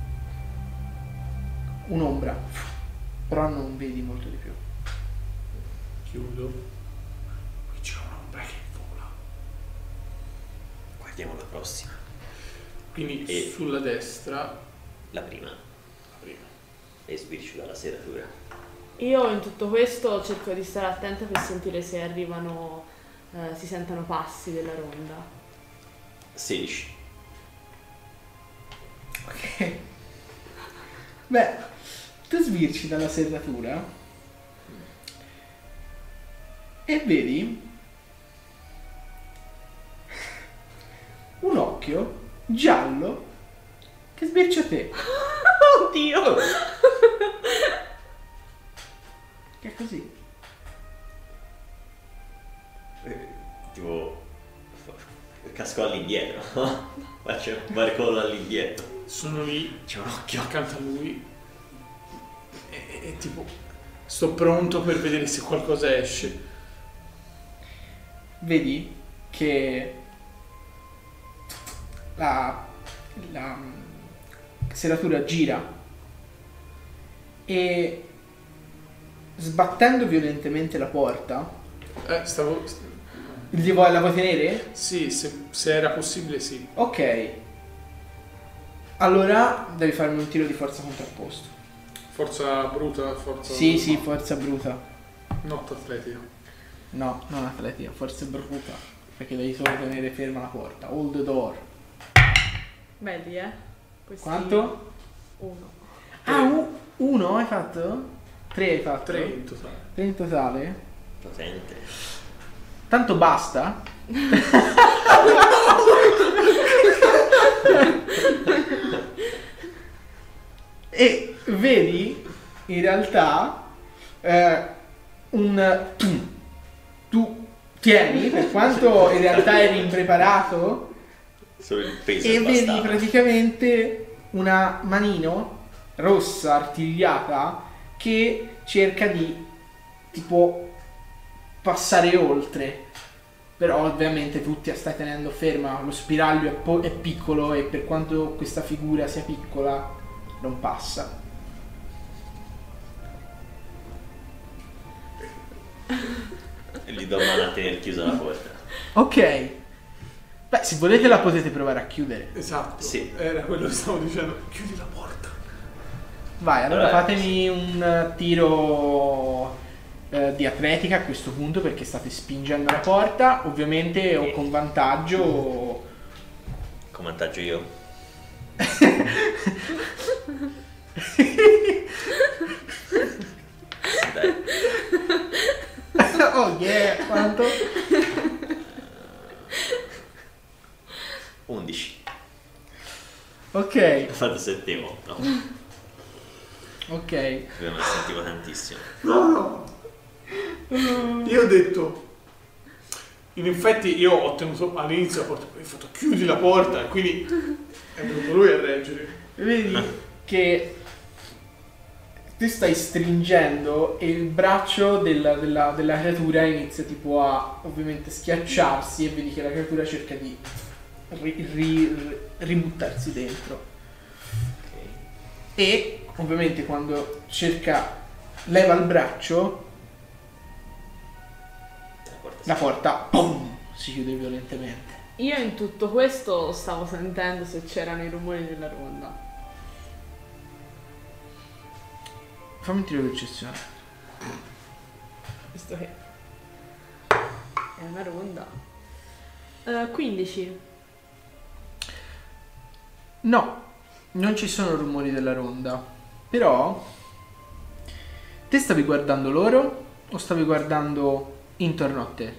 Speaker 1: Un'ombra, però non vedi molto di più.
Speaker 3: Chiudo. Qui c'è un'ombra che vola.
Speaker 4: Guardiamo la prossima.
Speaker 3: Quindi
Speaker 4: E-
Speaker 3: sulla destra,
Speaker 4: La prima.
Speaker 3: la prima.
Speaker 4: E sbircio dalla serratura.
Speaker 2: Io in tutto questo cerco di stare attenta per sentire se arrivano, eh, si sentono passi della ronda.
Speaker 4: sedici.
Speaker 1: Ok. Beh, tu sbirci dalla serratura e vedi un occhio giallo che sbircia a te.
Speaker 2: Oddio!
Speaker 1: Che è così.
Speaker 4: Eh, tipo... Casco all'indietro. Faccio un barcolo all'indietro.
Speaker 3: Sono lì
Speaker 4: C'è un occhio.
Speaker 3: accanto a lui e, e tipo sto pronto per vedere se qualcosa esce.
Speaker 1: Vedi che la, la serratura gira e sbattendo violentemente la porta,
Speaker 3: Eh, stavo...
Speaker 1: gli vuoi, la vuoi tenere?
Speaker 3: Sì, se, se era possibile sì.
Speaker 1: Ok. Allora devi farmi un tiro di forza contrapposto.
Speaker 3: Forza bruta, forza...
Speaker 1: Sì, sì, forza bruta.
Speaker 3: Not atletica.
Speaker 1: No, non atletica, forza bruta. Perché devi solo tenere ferma la porta. Hold the door.
Speaker 2: Belli, eh? Questi-
Speaker 1: Quanto?
Speaker 2: Uno.
Speaker 1: Ah, u- uno hai fatto? Tre hai fatto?
Speaker 3: Tre in totale.
Speaker 1: Tre in totale?
Speaker 4: Potente.
Speaker 1: Tanto basta. E vedi in realtà eh, un tu, tu tieni, per quanto in realtà eri impreparato,
Speaker 4: Solo il peso
Speaker 1: e vedi
Speaker 4: bastava.
Speaker 1: praticamente una manino rossa artigliata che cerca di tipo passare oltre. Però ovviamente tu ti stai tenendo ferma, lo spiraglio è, po- è piccolo e per quanto questa figura sia piccola non passa.
Speaker 4: E gli do mano a tenere chiusa la porta.
Speaker 1: Ok. Beh, se volete la potete provare a chiudere.
Speaker 3: Esatto.
Speaker 4: Sì.
Speaker 3: Era quello che stavo dicendo. Chiudi la porta.
Speaker 1: Vai, allora
Speaker 4: Allora,
Speaker 1: fatemi un tiro eh, di atletica a questo punto perché state spingendo la porta. Ovviamente o con vantaggio o...
Speaker 4: Con vantaggio io. Dai.
Speaker 1: Oh yeah, quanto?
Speaker 4: undici.
Speaker 1: Ok,
Speaker 4: Ho fatto sette otto.
Speaker 1: ok.
Speaker 4: Me la sentivo tantissimo.
Speaker 3: No, no. Io ho detto... In effetti io ho tenuto all'inizio la porta, poi ho fatto chiudi la porta e quindi è venuto lui a reggere.
Speaker 1: Vedi che te stai stringendo e il braccio della, della, della creatura inizia tipo a ovviamente schiacciarsi e vedi che la creatura cerca di ri, ri, ributtarsi dentro.
Speaker 4: Ok.
Speaker 1: E ovviamente quando cerca, leva il braccio,
Speaker 4: La porta si
Speaker 1: la porta pum, si chiude violentemente.
Speaker 2: Io in tutto questo stavo sentendo se c'erano i rumori della ronda.
Speaker 1: Fammi un tiro di percezione.
Speaker 2: Visto che è una ronda. Eh, quindici.
Speaker 1: No, non ci sono rumori della ronda. Però te stavi guardando loro o stavi guardando intorno a te?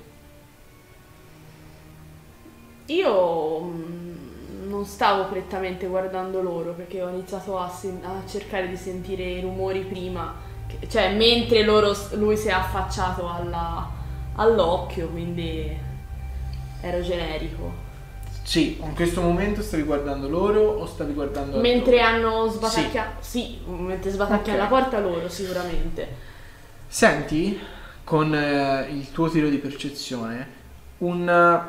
Speaker 2: Io mm, non stavo prettamente guardando loro perché ho iniziato a, sen- a cercare di sentire i rumori prima, che- cioè mentre loro, lui si è affacciato alla- all'occhio, quindi ero generico.
Speaker 1: Sì, in questo momento stavi guardando loro o stavi guardando
Speaker 2: Mentre
Speaker 1: altrove?
Speaker 2: hanno sbatacchiato, sì, mentre sbatacchi
Speaker 1: Ok.
Speaker 2: alla porta loro sicuramente.
Speaker 1: Senti, con eh, il tuo tiro di percezione, un,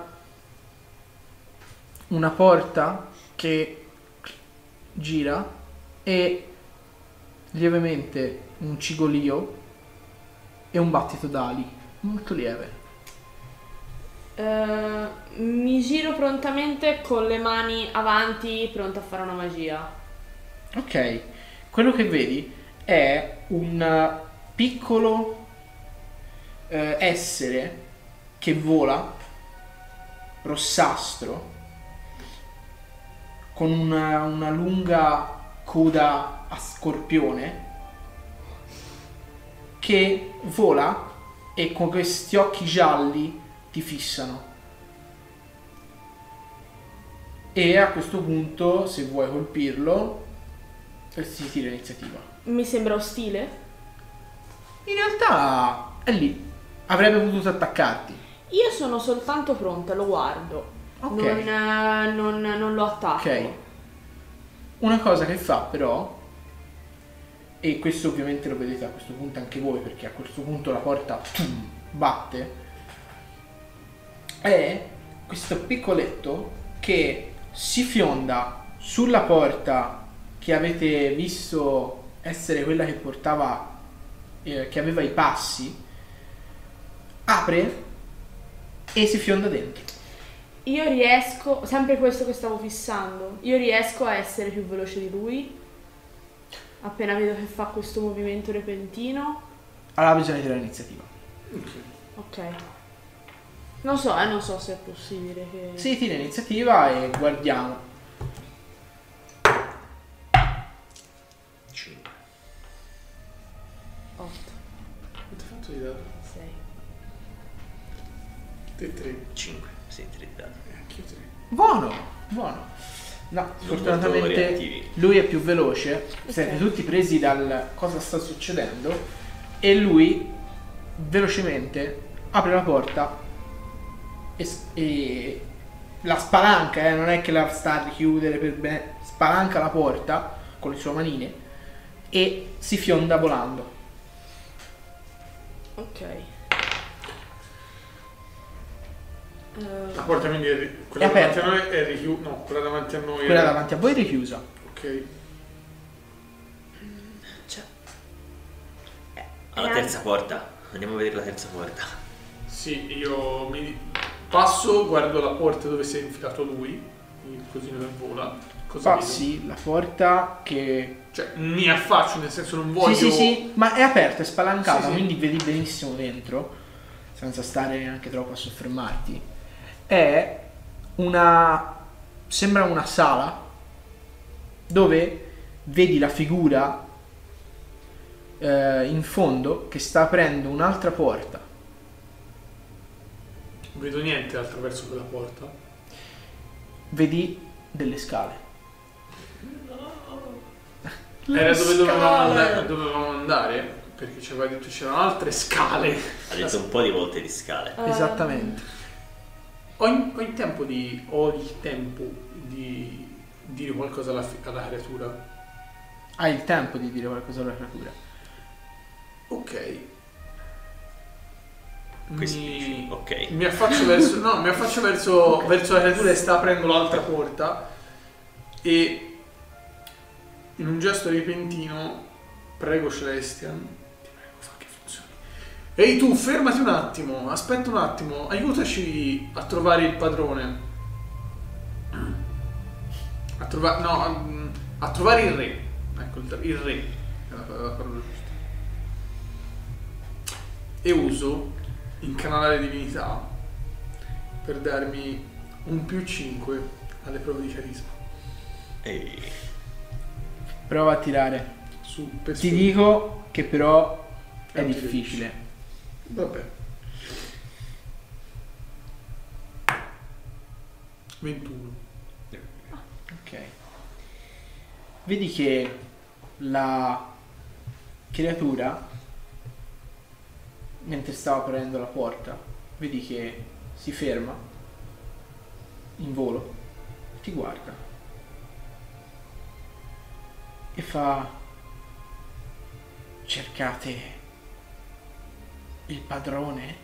Speaker 1: una porta che gira e lievemente un cigolio e un battito d'ali, molto lieve.
Speaker 2: Eh, mi giro prontamente con le mani avanti, pronta a fare una magia.
Speaker 1: Ok, quello che vedi è un piccolo eh, essere che vola, rossastro, con una, una lunga coda a scorpione, che vola e con questi occhi gialli ti fissano. E a questo punto, se vuoi colpirlo, si tira iniziativa.
Speaker 2: Mi sembra ostile?
Speaker 1: In realtà è lì. Avrebbe potuto attaccarti.
Speaker 2: Io sono soltanto pronta, lo guardo.
Speaker 1: Ok.
Speaker 2: Non, eh, non, non lo attacco.
Speaker 1: Ok. Una cosa che fa però, e questo ovviamente lo vedete a questo punto anche voi, perché a questo punto la porta tum, batte, è questo piccoletto che si fionda sulla porta che avete visto essere quella che portava, eh, che aveva i passi, apre e si fionda dentro.
Speaker 2: Io riesco, sempre questo che stavo fissando, io riesco a essere più veloce di lui. Appena vedo che fa questo movimento repentino.
Speaker 1: Allora bisogna tirare l'iniziativa.
Speaker 2: Ok. Non so, eh, non so se è possibile che...
Speaker 1: Si tira iniziativa e guardiamo.
Speaker 4: cinque.
Speaker 2: otto,
Speaker 3: Quanto hai fatto di dato?
Speaker 2: sei.
Speaker 3: Te tre.
Speaker 4: cinque. Sì, tiri di dado.
Speaker 3: E anch'io tre.
Speaker 1: Buono, buono. No,
Speaker 4: molto
Speaker 1: sfortunatamente
Speaker 4: reattivi.
Speaker 1: lui è più veloce. Siete
Speaker 2: Ok.
Speaker 1: tutti presi dal cosa sta succedendo. E lui velocemente apre la porta e, s- e la spalanca, eh, non è che la sta a richiudere per bene, spalanca la porta con le sue manine e si fionda volando.
Speaker 2: Ok.
Speaker 3: La
Speaker 2: Eh,
Speaker 3: porta quindi è, ri- quella
Speaker 1: È
Speaker 3: davanti a
Speaker 1: aperta.
Speaker 3: noi è richiusa. No, quella davanti a noi
Speaker 1: Quella
Speaker 3: è...
Speaker 1: davanti a voi è richiusa.
Speaker 3: Ok.
Speaker 2: cioè,
Speaker 4: Alla
Speaker 2: Eh,
Speaker 4: terza porta. Andiamo a vedere la terza porta.
Speaker 3: Sì, io mi passo, guardo la porta dove si è infilato lui, il cosino che vola. Cosa
Speaker 1: Passi la porta che
Speaker 3: vedo? Cioè, mi affaccio, nel senso non voglio...
Speaker 1: Sì, sì, sì, ma è aperta, è spalancata,
Speaker 3: Sì, sì.
Speaker 1: quindi vedi benissimo dentro, senza stare neanche troppo a soffermarti. È una... sembra una sala dove vedi la figura eh, in fondo che sta aprendo un'altra porta.
Speaker 3: Non vedo niente attraverso quella porta.
Speaker 1: Vedi delle scale.
Speaker 3: Era dove
Speaker 1: scale.
Speaker 3: dovevamo andare, dovevamo andare, perché ci aveva detto c'erano altre scale.
Speaker 4: Ha detto un po' di volte di scale.
Speaker 2: eh,
Speaker 1: Esattamente.
Speaker 3: Ho, in- ho il tempo di... ho il tempo di dire qualcosa alla, fi- alla creatura.
Speaker 1: Hai il tempo di dire qualcosa alla creatura.
Speaker 3: Ok.
Speaker 4: Questi
Speaker 3: Mi,
Speaker 4: dici, ok.
Speaker 3: mi affaccio verso, no, mi affaccio verso, verso la creatura e sta aprendo l'altra porta e in un gesto repentino prego Celestian, ti prego fa che funzioni. Ehi tu, fermati un attimo, aspetta un attimo, aiutaci a trovare il padrone. A trovare, no, a, a trovare il re. Ecco, il, il re è la, la parola giusta. E uso incanalare divinità per darmi un più cinque alle prove di carisma.
Speaker 4: Ehi.
Speaker 1: Prova a tirare.
Speaker 3: Su, per
Speaker 1: Ti
Speaker 3: su.
Speaker 1: dico che però è
Speaker 3: È un
Speaker 1: difficile.
Speaker 3: Vabbè. ventuno.
Speaker 1: Ok. Vedi che la creatura, mentre stava aprendo la porta, vedi che si ferma in volo, ti guarda e fa: cercate il padrone?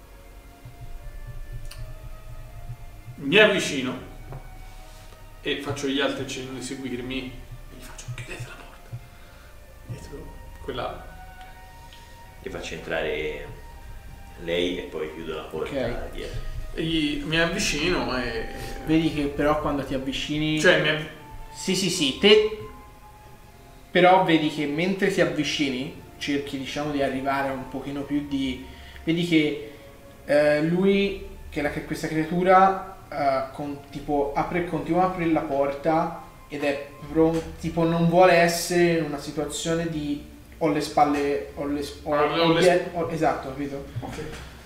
Speaker 3: Mi avvicino e faccio gli altri cenni di seguirmi e gli faccio: chiudete la porta. Dietro quella.
Speaker 4: Li faccio entrare lei e poi chiudo la porta
Speaker 1: Ok.
Speaker 4: dietro.
Speaker 3: E gli, mi avvicino e.
Speaker 1: Vedi che però quando ti avvicini...
Speaker 3: Cioè, mi avv-
Speaker 1: Sì, sì, sì, te... Però vedi che mentre ti avvicini, cerchi diciamo di arrivare a un pochino più di... Vedi che eh, lui, che, la, che questa creatura, eh, con, tipo, apre, continua a aprire la porta ed è pronto, tipo non vuole essere in una situazione di... Ho le spalle... Ho le, ho,
Speaker 3: Ho le- ho le
Speaker 1: die- ho- esatto, capito?
Speaker 3: Ok.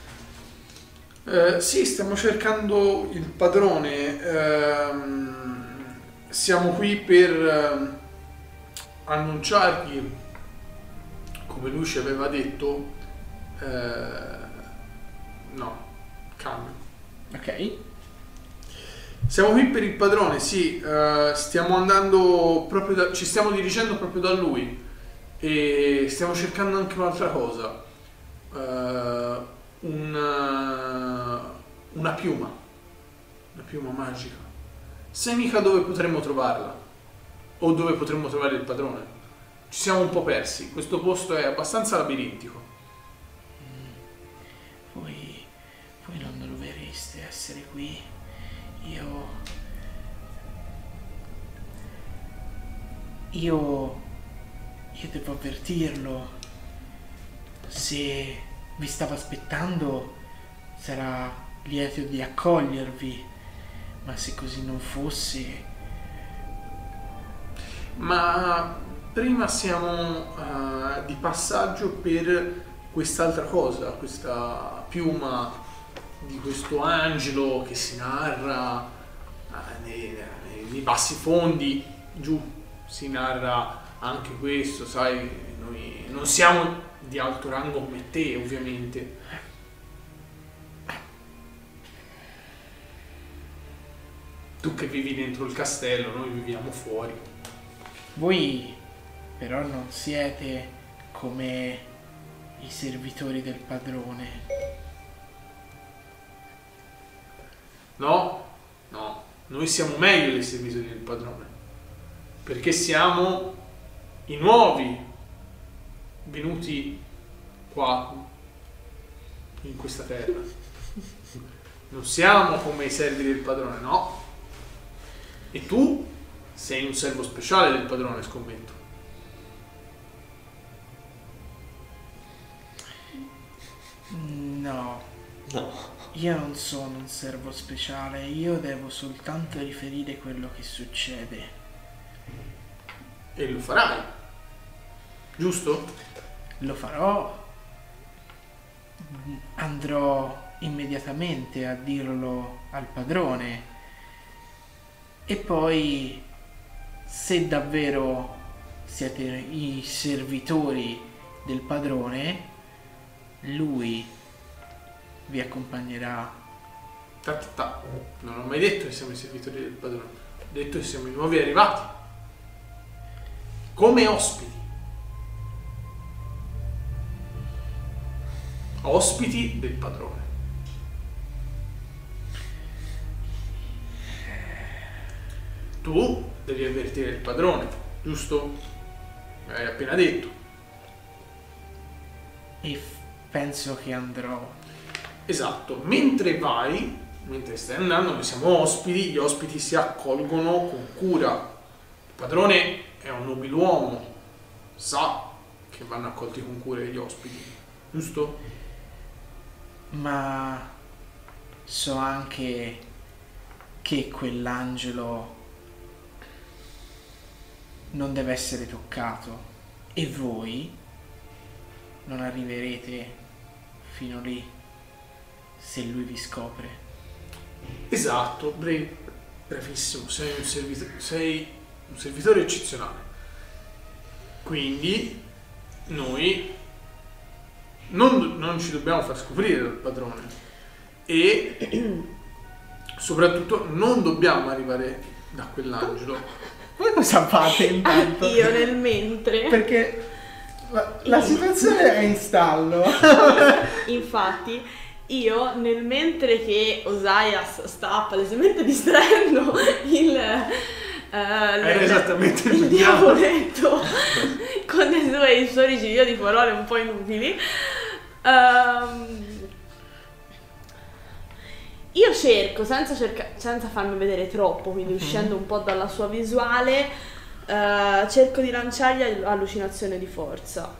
Speaker 3: Eh, sì, stiamo cercando il padrone. Ehm, siamo qui per ehm, annunciargli, come lui ci aveva detto, eh, no, cambio.
Speaker 1: Ok.
Speaker 3: Siamo qui per il padrone, sì, eh, stiamo andando proprio da, ci stiamo dirigendo proprio da lui e stiamo cercando anche un'altra cosa. Eh, una, una piuma, una piuma magica. Sai mica dove potremmo trovarla o dove potremmo trovare il padrone? Ci siamo un po' persi, questo posto è abbastanza labirintico.
Speaker 1: Voi, voi non dovreste essere qui. Io... Io... Io devo avvertirlo. Se vi stava aspettando, sarà lieto di accogliervi. Ma se così non fosse...
Speaker 3: Ma prima siamo eh, di passaggio per quest'altra cosa, questa piuma di questo angelo che si narra eh, nei, nei- nei bassi fondi, giù si narra anche questo, sai, noi non siamo di alto rango come te, ovviamente. Tu che vivi dentro il castello, noi viviamo fuori.
Speaker 1: Voi però non siete come i servitori del padrone.
Speaker 3: No, no, noi siamo meglio dei servitori del padrone, perché siamo i nuovi venuti qua, in questa terra. Non siamo come i servi del padrone, no. E tu sei un servo speciale del padrone, scommetto.
Speaker 1: No.
Speaker 4: No.
Speaker 1: Io non sono un servo speciale, io devo soltanto riferire quello che succede.
Speaker 3: E lo farai, giusto?
Speaker 1: Lo farò. Andrò immediatamente a dirlo al padrone. E poi, se davvero siete i servitori del padrone, lui vi accompagnerà.
Speaker 3: Ta, ta, ta. Non ho mai detto che siamo i servitori del padrone, ho detto che siamo i nuovi arrivati, come ospiti. ospiti del padrone. Tu devi avvertire il padrone, giusto? Me l'hai appena detto.
Speaker 1: E f- penso che andrò.
Speaker 3: Esatto, mentre vai, mentre stai andando, noi siamo ospiti, gli ospiti si accolgono con cura. Il padrone è un nobiluomo, sa che vanno accolti con cura gli ospiti, giusto?
Speaker 1: Ma so anche che quell'angelo non deve essere toccato e voi non arriverete fino lì se lui vi scopre.
Speaker 3: Esatto, bre- bravissimo, sei un, servito- sei un servitore eccezionale. Quindi noi non, non ci dobbiamo far scoprire dal padrone e soprattutto non dobbiamo arrivare da quell'angelo.
Speaker 1: Voi cosa fate intanto?
Speaker 2: Io nel mentre.
Speaker 1: Perché la, la situazione è in stallo.
Speaker 2: Infatti, io nel mentre che Osias sta palesemente distraendo il, uh,
Speaker 3: Era esattamente
Speaker 2: il
Speaker 3: il
Speaker 2: diavoletto con i suoi storici io di parole un po' inutili, um, io cerco, senza, cerca- senza farmi vedere troppo, quindi uscendo un po' dalla sua visuale, uh, cerco di lanciargli allucinazione di forza.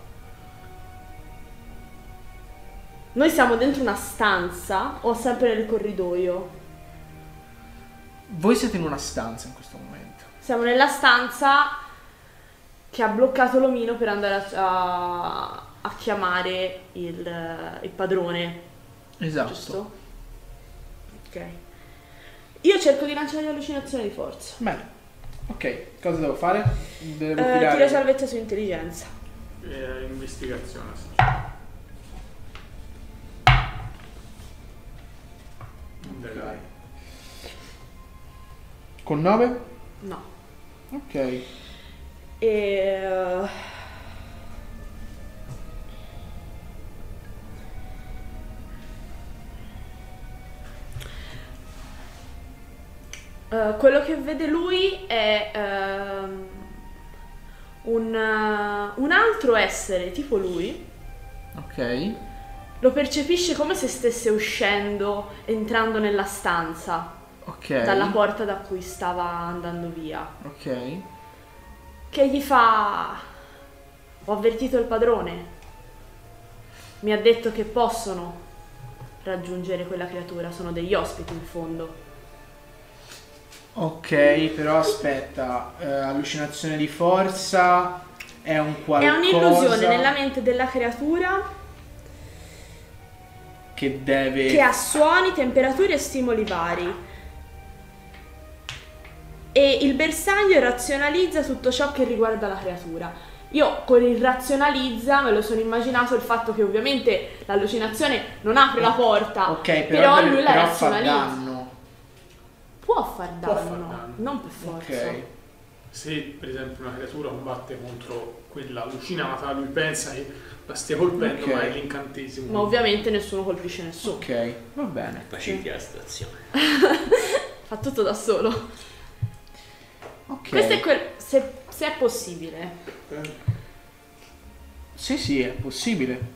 Speaker 2: Noi siamo dentro una stanza o sempre nel corridoio?
Speaker 1: Voi siete in una stanza in questo momento.
Speaker 2: Siamo nella stanza che ha bloccato l'omino per andare a, a, a chiamare il, il padrone.
Speaker 1: Esatto.
Speaker 2: Giusto? Ok. Io cerco di lanciare allucinazione di forza.
Speaker 1: Bene. Ok, cosa devo fare? Devo
Speaker 2: Eh,
Speaker 1: tirare.
Speaker 2: tira salvezza su intelligenza.
Speaker 3: Eh, investigazione, sì. Dai.
Speaker 1: Con nove?
Speaker 2: No.
Speaker 1: Ok.
Speaker 2: E... eh, Uh, quello che vede lui è ehm, un, uh, un altro essere tipo lui.
Speaker 1: Ok.
Speaker 2: Lo percepisce come se stesse uscendo, entrando nella stanza
Speaker 1: Ok.
Speaker 2: dalla porta da cui stava andando via.
Speaker 1: Ok.
Speaker 2: Che gli fa: ho avvertito il padrone, mi ha detto che possono raggiungere quella creatura, sono degli ospiti in fondo.
Speaker 1: Ok, però aspetta, eh, allucinazione di forza è un qualcosa
Speaker 2: È un'illusione nella mente della creatura
Speaker 1: che deve
Speaker 2: che ha suoni, temperature e stimoli vari. E il bersaglio razionalizza tutto ciò che riguarda la creatura. Io con il razionalizza me lo sono immaginato il fatto che ovviamente l'allucinazione non apre la porta,
Speaker 1: Ok, però,
Speaker 2: però
Speaker 1: per-
Speaker 2: lui la
Speaker 1: però fa
Speaker 2: razionalizza.
Speaker 1: danno.
Speaker 2: Può far danno,
Speaker 3: Può far danno.
Speaker 2: non per forza.
Speaker 1: Ok.
Speaker 3: Se per esempio una creatura combatte contro quella allucinata, lui pensa che la stia colpendo,
Speaker 1: Ok.
Speaker 3: ma è l'incantesimo.
Speaker 2: Ma ovviamente nessuno colpisce nessuno.
Speaker 1: Ok, va bene.
Speaker 4: Pacifica la situazione.
Speaker 2: Fa tutto da solo.
Speaker 1: Ok.
Speaker 2: Questo è quel. Se, se è possibile.
Speaker 1: Sì, sì, è possibile.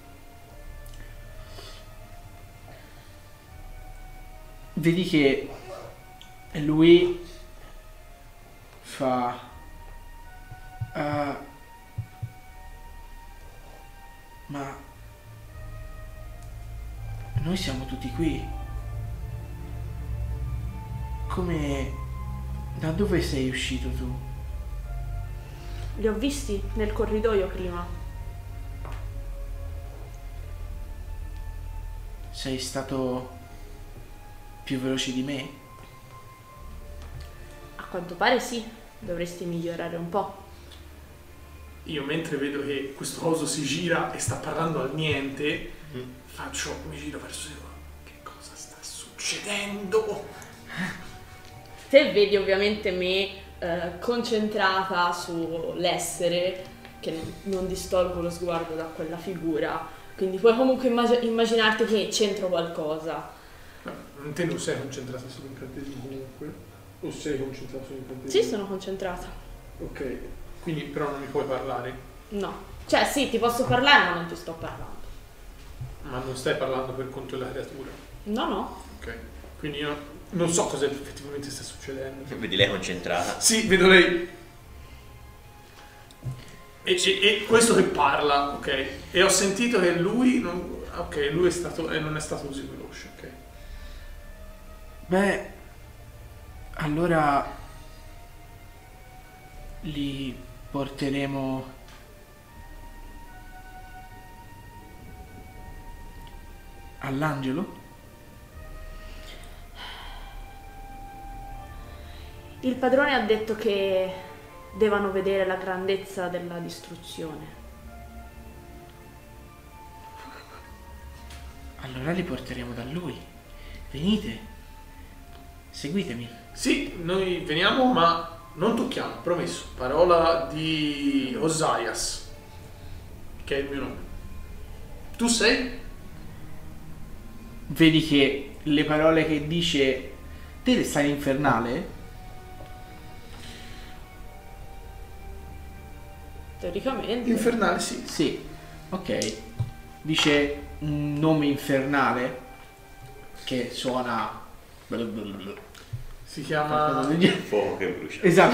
Speaker 1: Vedi che lui fa eh, ma noi siamo tutti qui. Come, da dove sei uscito tu?
Speaker 2: Li ho visti nel corridoio prima.
Speaker 1: Sei stato più veloce di me?
Speaker 2: A quanto pare sì, dovresti migliorare un po'.
Speaker 3: Io mentre vedo che questo coso si gira e sta parlando al niente,
Speaker 4: Mm.
Speaker 3: faccio, mi giro verso di loro. Che cosa sta succedendo?
Speaker 2: Te vedi ovviamente me eh, concentrata sull'essere, che non distolgo lo sguardo da quella figura, Quindi puoi comunque immag- immaginarti che c'entra qualcosa.
Speaker 3: Ma te non sei concentrato sull'incantesimo comunque? O sei concentrato sull'incantesimo?
Speaker 2: Sì, sono concentrata.
Speaker 3: Ok, quindi però non mi puoi parlare?
Speaker 2: No. Cioè sì, ti posso parlare ma non ti sto parlando.
Speaker 3: Ma non stai parlando per conto della creatura?
Speaker 2: No, no.
Speaker 3: Ok, quindi io non so cosa effettivamente sta succedendo.
Speaker 4: Vedi lei concentrata.
Speaker 3: Sì, vedo lei. E, e, e questo che parla, ok? E ho sentito che lui non, ok, lui è stato e non è stato così veloce, ok?
Speaker 1: Beh, allora li porteremo all'angelo?
Speaker 2: Il padrone ha detto che devono vedere la grandezza della distruzione.
Speaker 1: Allora li porteremo da lui. Venite, seguitemi.
Speaker 3: Sì, noi veniamo, ma non tocchiamo, promesso. Parola di Osias, che è il mio nome. Tu sei?
Speaker 1: Vedi che le parole che dice te stai infernale?
Speaker 2: Teoricamente.
Speaker 3: Infernale, sì.
Speaker 1: Sì, ok. Dice un nome infernale che suona
Speaker 3: Si chiama
Speaker 1: qualcosa del genere.
Speaker 4: Fuoco che brucia.
Speaker 1: Esatto.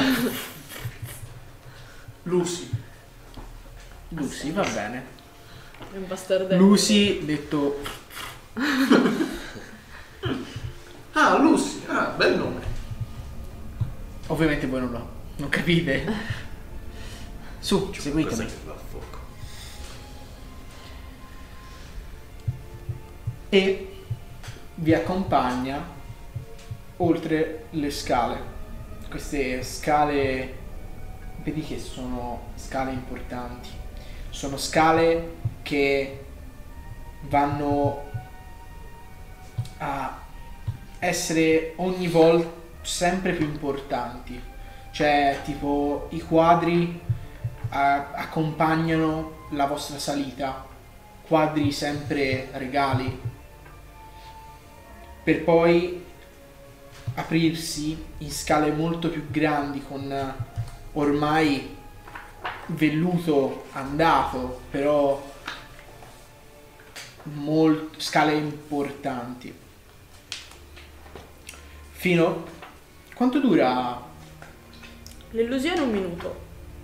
Speaker 3: Lucy.
Speaker 1: Lucy, va bene.
Speaker 2: È un bastardello.
Speaker 1: Lucy, detto
Speaker 3: Ah, Lucy, ah, bel nome.
Speaker 1: ovviamente voi non lo non capite. Su,
Speaker 4: C'è
Speaker 1: seguitemi.
Speaker 4: qualcosa che va a fuoco.
Speaker 1: E vi accompagna oltre le scale. Queste scale, vedi che sono scale importanti. Sono scale che vanno a essere ogni volta sempre più importanti. Cioè, tipo, i quadri a- accompagnano la vostra salita, quadri sempre regali, per poi aprirsi in scale molto più grandi con eh, ormai velluto andato, però molt- scale importanti. Fino quanto dura?
Speaker 2: L'illusione è un minuto.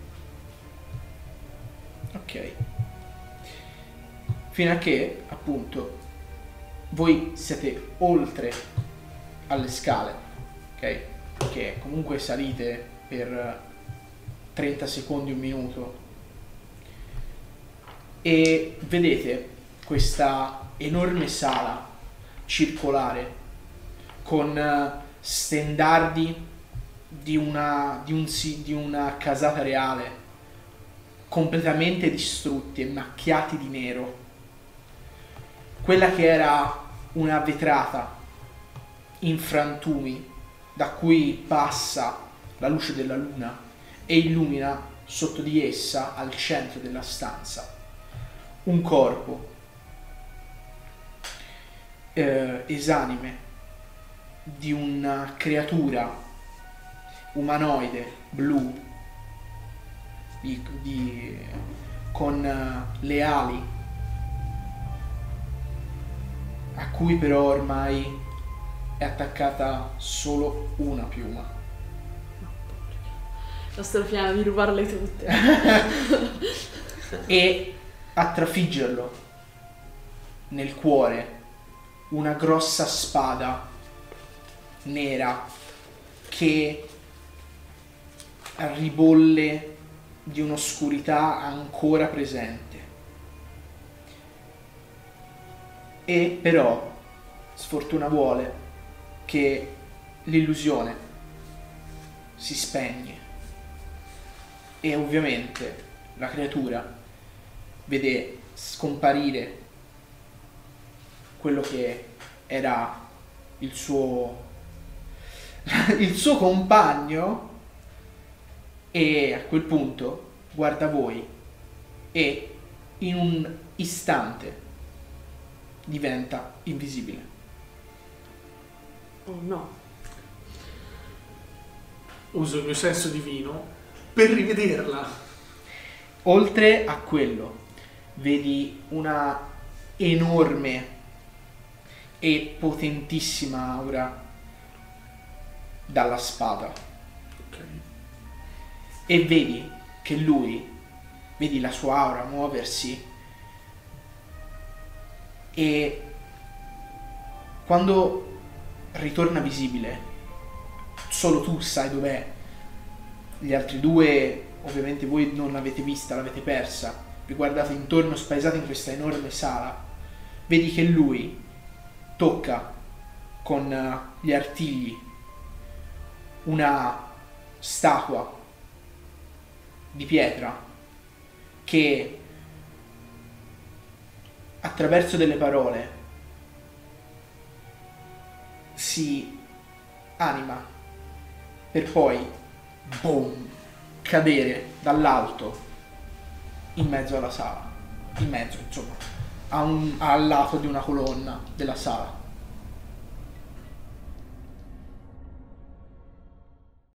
Speaker 1: Ok. Fino a che, appunto, voi siete oltre alle scale, ok? Che comunque salite per trenta secondi, un minuto. E vedete questa enorme sala circolare con eh, stendardi di una, di un si- di una casata reale completamente distrutti e macchiati di nero. Quella che era una vetrata in frantumi da cui passa la luce della luna e illumina sotto di essa, al centro della stanza, un corpo eh, esanime di una creatura umanoide blu di, di- con eh, le ali, a cui però ormai è attaccata solo una piuma.
Speaker 2: Il nostro piano di rubarle tutte.
Speaker 1: E a trafiggerlo nel cuore una grossa spada nera che ribolle di un'oscurità ancora presente. E però sfortuna vuole che l'illusione si spegne e ovviamente la creatura vede scomparire quello che era il suo il suo compagno, e a quel punto guarda voi e in un istante diventa invisibile.
Speaker 2: Oh no.
Speaker 3: Uso il mio senso divino per rivederla.
Speaker 1: Oltre a quello, vedi una enorme e potentissima aura dalla spada.
Speaker 3: Ok.
Speaker 1: E vedi che lui, vedi la sua aura muoversi, e quando ritorna visibile solo tu sai dov'è. Gli altri due ovviamente voi non l'avete vista, l'avete persa, vi guardate intorno spaesati in questa enorme sala, vedi che lui tocca con gli artigli una statua di pietra che attraverso delle parole si anima per poi boom, cadere dall'alto in mezzo alla sala, in mezzo insomma a un, al lato di una colonna della sala.